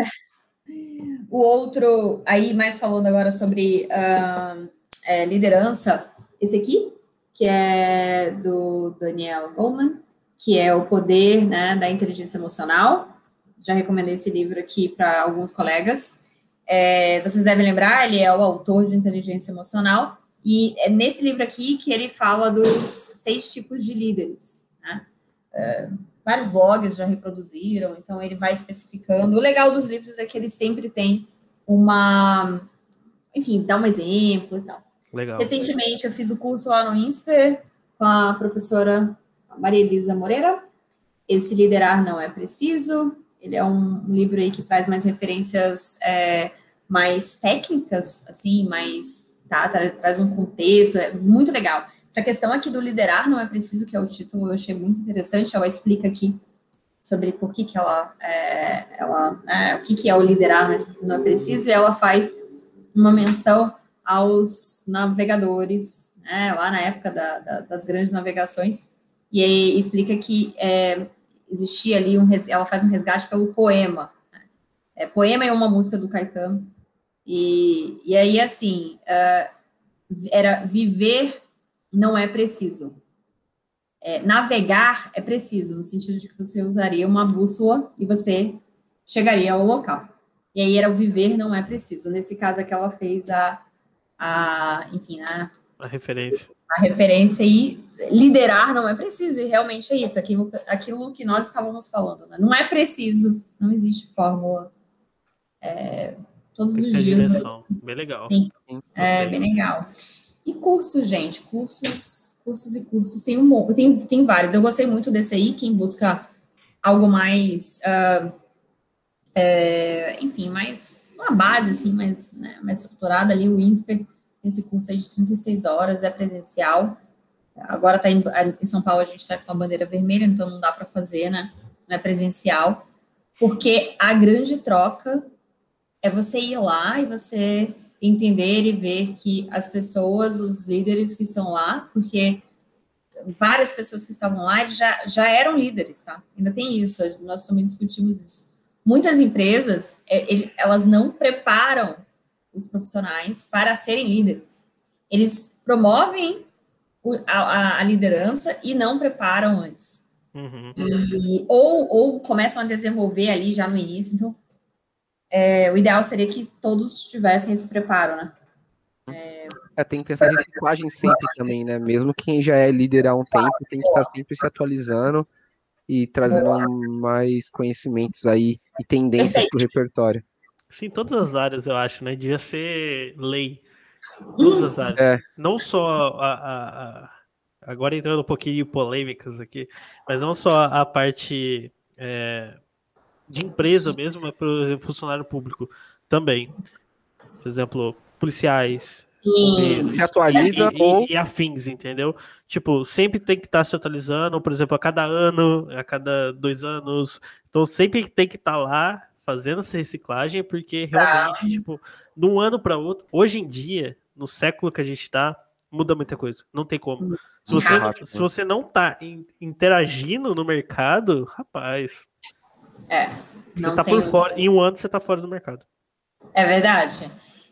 o outro, aí mais falando agora sobre uh, é, liderança, esse aqui, que é do Daniel Goleman, que é o poder, né, da inteligência emocional, já recomendei esse livro aqui para alguns colegas. É, vocês devem lembrar, ele é o autor de Inteligência Emocional, e é nesse livro aqui que ele fala dos seis tipos de líderes, né? É, vários blogs já reproduziram, então ele vai especificando. O legal dos livros é que ele sempre tem uma... Enfim, dá um exemplo e tal. Legal. Recentemente eu fiz o curso lá no INSPER com a professora Maria Elisa Moreira. Esse Liderar Não É Preciso. Ele é um livro aí que traz mais referências é, mais técnicas, assim, mais, tá, tra traz um contexto, é muito legal. Essa questão aqui do liderar não é preciso, que é o título, eu achei muito interessante, ela explica aqui sobre por que que ela, é, ela é, o que que é o liderar não é preciso, e ela faz uma menção aos navegadores, né, lá na época da, da, das grandes navegações, e aí explica que é, existia ali, um, ela faz um resgate pelo poema. Né? É, poema é uma música do Caetano, e, e aí, assim, uh, era viver não é preciso. É, navegar é preciso, no sentido de que você usaria uma bússola e você chegaria ao local. E aí era o viver não é preciso. Nesse caso aqui ela fez a, a enfim, a, a referência. A referência e liderar não é preciso, e realmente é isso, aquilo, aquilo que nós estávamos falando, né? Não é preciso, não existe fórmula. É, todos os dias. Direção. Você... Bem legal. Sim, é bem legal. E cursos, gente, cursos, cursos e cursos, tem, um, tem, tem vários. Eu gostei muito desse aí, quem busca algo mais, uh, é, enfim, mais, uma base, assim, mais, né, mais estruturada ali, o INSPER. Esse curso aí de trinta e seis horas, é presencial. Agora tá em, em São Paulo, a gente está com a bandeira vermelha, então não dá para fazer, né? Não é presencial. Porque a grande troca é você ir lá e você entender e ver que as pessoas, os líderes que estão lá, porque várias pessoas que estavam lá eles já, já eram líderes, tá? Ainda tem isso, nós também discutimos isso. Muitas empresas, é, ele, elas não preparam os profissionais para serem líderes. Eles promovem o, a, a liderança e não preparam antes. Uhum. E, ou, ou começam a desenvolver ali já no início. Então, é, o ideal seria que todos tivessem esse preparo, né? É, é, tem que ter essa reciclagem sempre também, né? Mesmo quem já é líder há um tempo, tem que estar sempre se atualizando e trazendo mais conhecimentos aí e tendências para o repertório. Sim, todas as áreas, eu acho, né? Devia ser lei. Todas as áreas. É. Não só a, a, a... Agora entrando um pouquinho em polêmicas aqui, mas não só a parte é, de empresa mesmo, mas, por exemplo, funcionário público também. Por exemplo, policiais. E, se atualiza e, ou... e, e afins, entendeu? Tipo, sempre tem que estar se atualizando, por exemplo, a cada ano, a cada dois anos. Então, sempre tem que estar lá fazendo essa reciclagem, porque realmente, ah. tipo, de um ano para outro, hoje em dia, no século que a gente está, muda muita coisa. Não tem como. Se você, ah, se você não tá in, interagindo no mercado, rapaz, é, você tá por fora. Em um ano você tá fora do mercado. É verdade.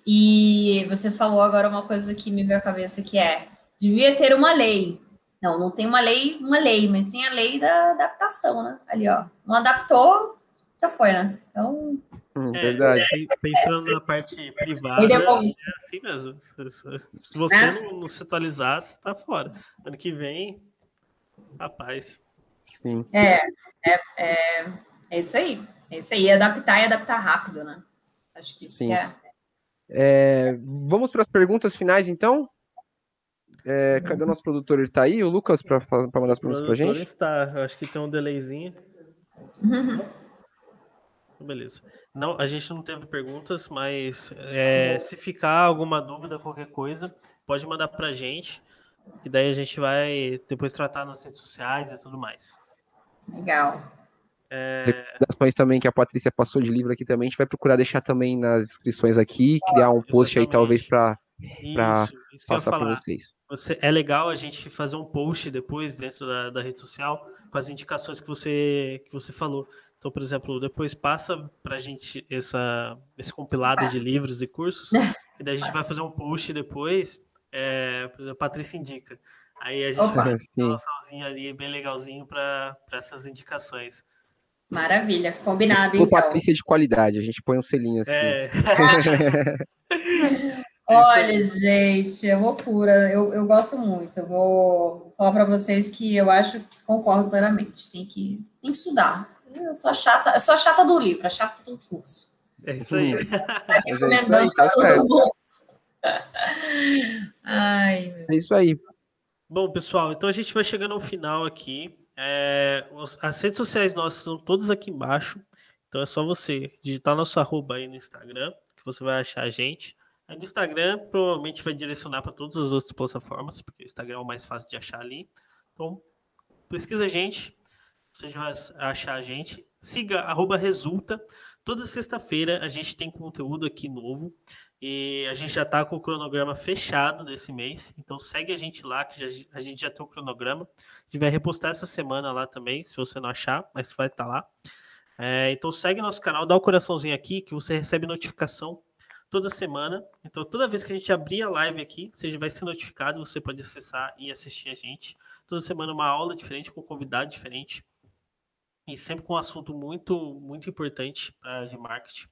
E você falou agora uma coisa que me veio à cabeça, que é, devia ter uma lei. Não, não tem uma lei, uma lei, mas tem a lei da adaptação, né? Ali, ó. Não adaptou, já foi, né? Então... Hum, verdade. É, pensando na parte privada, é assim mesmo. Se você é. não, não se atualizar, você tá fora. Ano que vem, rapaz. Sim. É, é, é, é isso aí. É isso aí. Adaptar e adaptar rápido, né? Acho que isso Sim. que é... É, vamos para as perguntas finais, então? É, cadê o nosso produtor? Ele tá aí? O Lucas, para mandar as perguntas para a gente? Está. Eu acho que tem um delayzinho. Uhum. Beleza. Não, a gente não teve perguntas, mas é, se ficar alguma dúvida, qualquer coisa, pode mandar para a gente, que daí a gente vai depois tratar nas redes sociais e tudo mais. Legal. É... Recomendações também que a Patrícia passou de livro aqui também, a gente vai procurar deixar também nas inscrições aqui, criar um post Exatamente. Aí talvez para passar para vocês. Você, é legal a gente fazer um post depois dentro da, da rede social com as indicações que você, que você falou. Então, por exemplo, depois passa para a gente essa, esse compilado passa. de livros e cursos, e daí a gente vai fazer um post depois, é, por exemplo, a Patrícia indica. Aí a gente Opa. faz um salzinho ali bem legalzinho para essas indicações. Maravilha, combinado, Falou então. Patrícia de qualidade, a gente põe um selinho assim. É. Olha, gente, é loucura. Eu, eu gosto muito. Eu vou falar para vocês que eu acho que concordo plenamente. Tem que, tem que estudar. Eu sou a chata, eu sou a chata do livro, a chata do curso. É isso aí. Sai Mas é isso aí, tá certo. Ai, meu. É isso aí. Bom, pessoal, então a gente vai chegando ao final aqui. É, as redes sociais nossas são todas aqui embaixo. Então é só você digitar nosso arroba aí no Instagram, que você vai achar a gente. Aí no Instagram, provavelmente vai direcionar para todas as outras plataformas, porque o Instagram é o mais fácil de achar ali. Então, pesquisa a gente, você já vai achar a gente. Siga, arroba Resulta. Toda sexta-feira a gente tem conteúdo aqui novo. E a gente já está com o cronograma fechado desse mês. Então segue a gente lá, que já, a gente já tem o cronograma. A gente vai repostar essa semana lá também, se você não achar, mas vai estar lá. É, então segue nosso canal, dá o um coraçãozinho aqui, que você recebe notificação toda semana. Então toda vez que a gente abrir a live aqui, você vai ser notificado, você pode acessar e assistir a gente. Toda semana uma aula diferente, com um convidado diferente. E sempre com um assunto muito, muito importante uh, de marketing.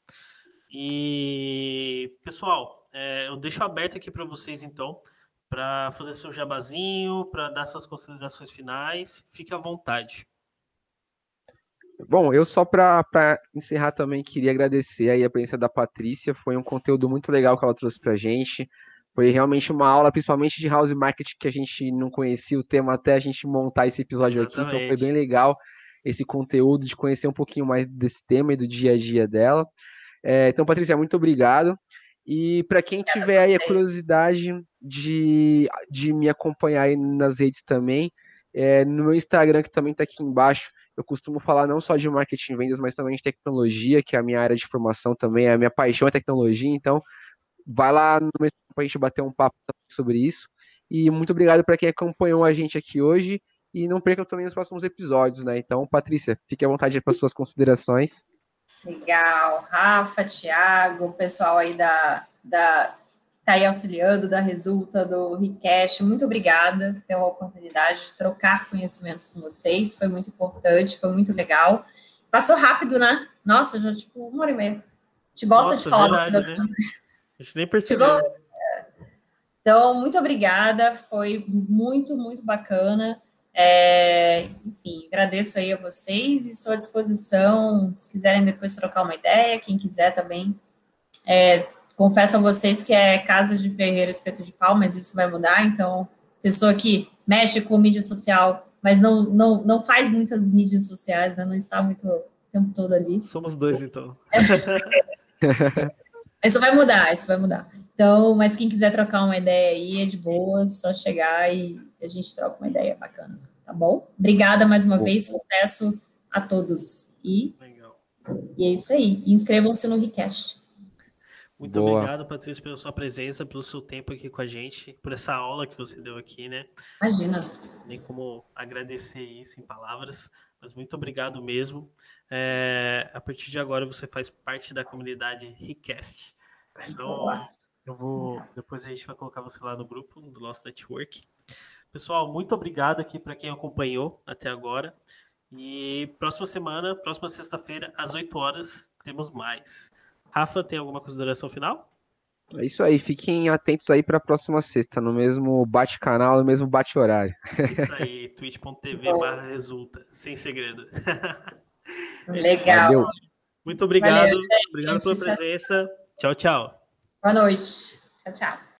E, pessoal, é, eu deixo aberto aqui para vocês, então, para fazer seu jabazinho, para dar suas considerações finais. Fique à vontade. Bom, eu só para encerrar também queria agradecer aí a presença da Patrícia. Foi um conteúdo muito legal que ela trouxe para a gente. Foi realmente uma aula, principalmente de house marketing, que a gente não conhecia o tema até a gente montar esse episódio Exatamente. Aqui. Então foi bem legal esse conteúdo, de conhecer um pouquinho mais desse tema e do dia a dia dela. É, então, Patrícia, muito obrigado. E para quem tiver aí a curiosidade de, de me acompanhar aí nas redes também, é, no meu Instagram, que também está aqui embaixo, eu costumo falar não só de marketing e vendas, mas também de tecnologia, que é a minha área de formação também, a minha paixão é tecnologia. Então, vai lá no meu Instagram para a gente bater um papo sobre isso. E muito obrigado para quem acompanhou a gente aqui hoje. E não perca também os próximos episódios, né? Então, Patrícia, fique à vontade para suas considerações. Legal. Rafa, Thiago, o pessoal aí da, da tá aí auxiliando, da Resulta, do Recash, muito obrigada pela oportunidade de trocar conhecimentos com vocês, foi muito importante, foi muito legal. Passou rápido, né? Nossa, já tipo uma hora e meia. A gente gosta Nossa, de falar verdade, das né? coisas. A gente nem percebeu. Então, muito obrigada, foi muito, muito bacana. É, enfim, agradeço aí a vocês e estou à disposição, se quiserem depois trocar uma ideia, quem quiser também. É, confesso a vocês que é casa de ferreiro, espeto de pau, mas isso vai mudar, então, pessoa que mexe com mídia social, mas não, não, não faz muitas mídias sociais, né, não está muito o tempo todo ali. Somos dois, então. Isso vai mudar, isso vai mudar. Então, mas quem quiser trocar uma ideia aí, é de boa, só chegar e a gente troca uma ideia bacana, tá bom? Obrigada mais uma bom. vez, sucesso a todos. E, Legal. e é isso aí. E inscrevam-se no Recash. Muito Boa. obrigado, Patrícia, pela sua presença, pelo seu tempo aqui com a gente, por essa aula que você deu aqui, né? Imagina. Nem como agradecer isso em palavras, mas muito obrigado mesmo. É, a partir de agora você faz parte da comunidade Recash. Então, Boa. eu vou. Depois a gente vai colocar você lá no grupo do nosso network. Pessoal, muito obrigado aqui para quem acompanhou até agora. E próxima semana, próxima sexta-feira, às oito horas, temos mais. Rafa, tem alguma consideração final? É isso aí, fiquem atentos aí para a próxima sexta, no mesmo bate-canal, no mesmo bate-horário. Isso aí, twitch ponto tv barra resulta, sem segredo. Legal. Valeu. Muito obrigado, Valeu, obrigado pela presença. Tchau, tchau. Boa noite. Tchau, tchau.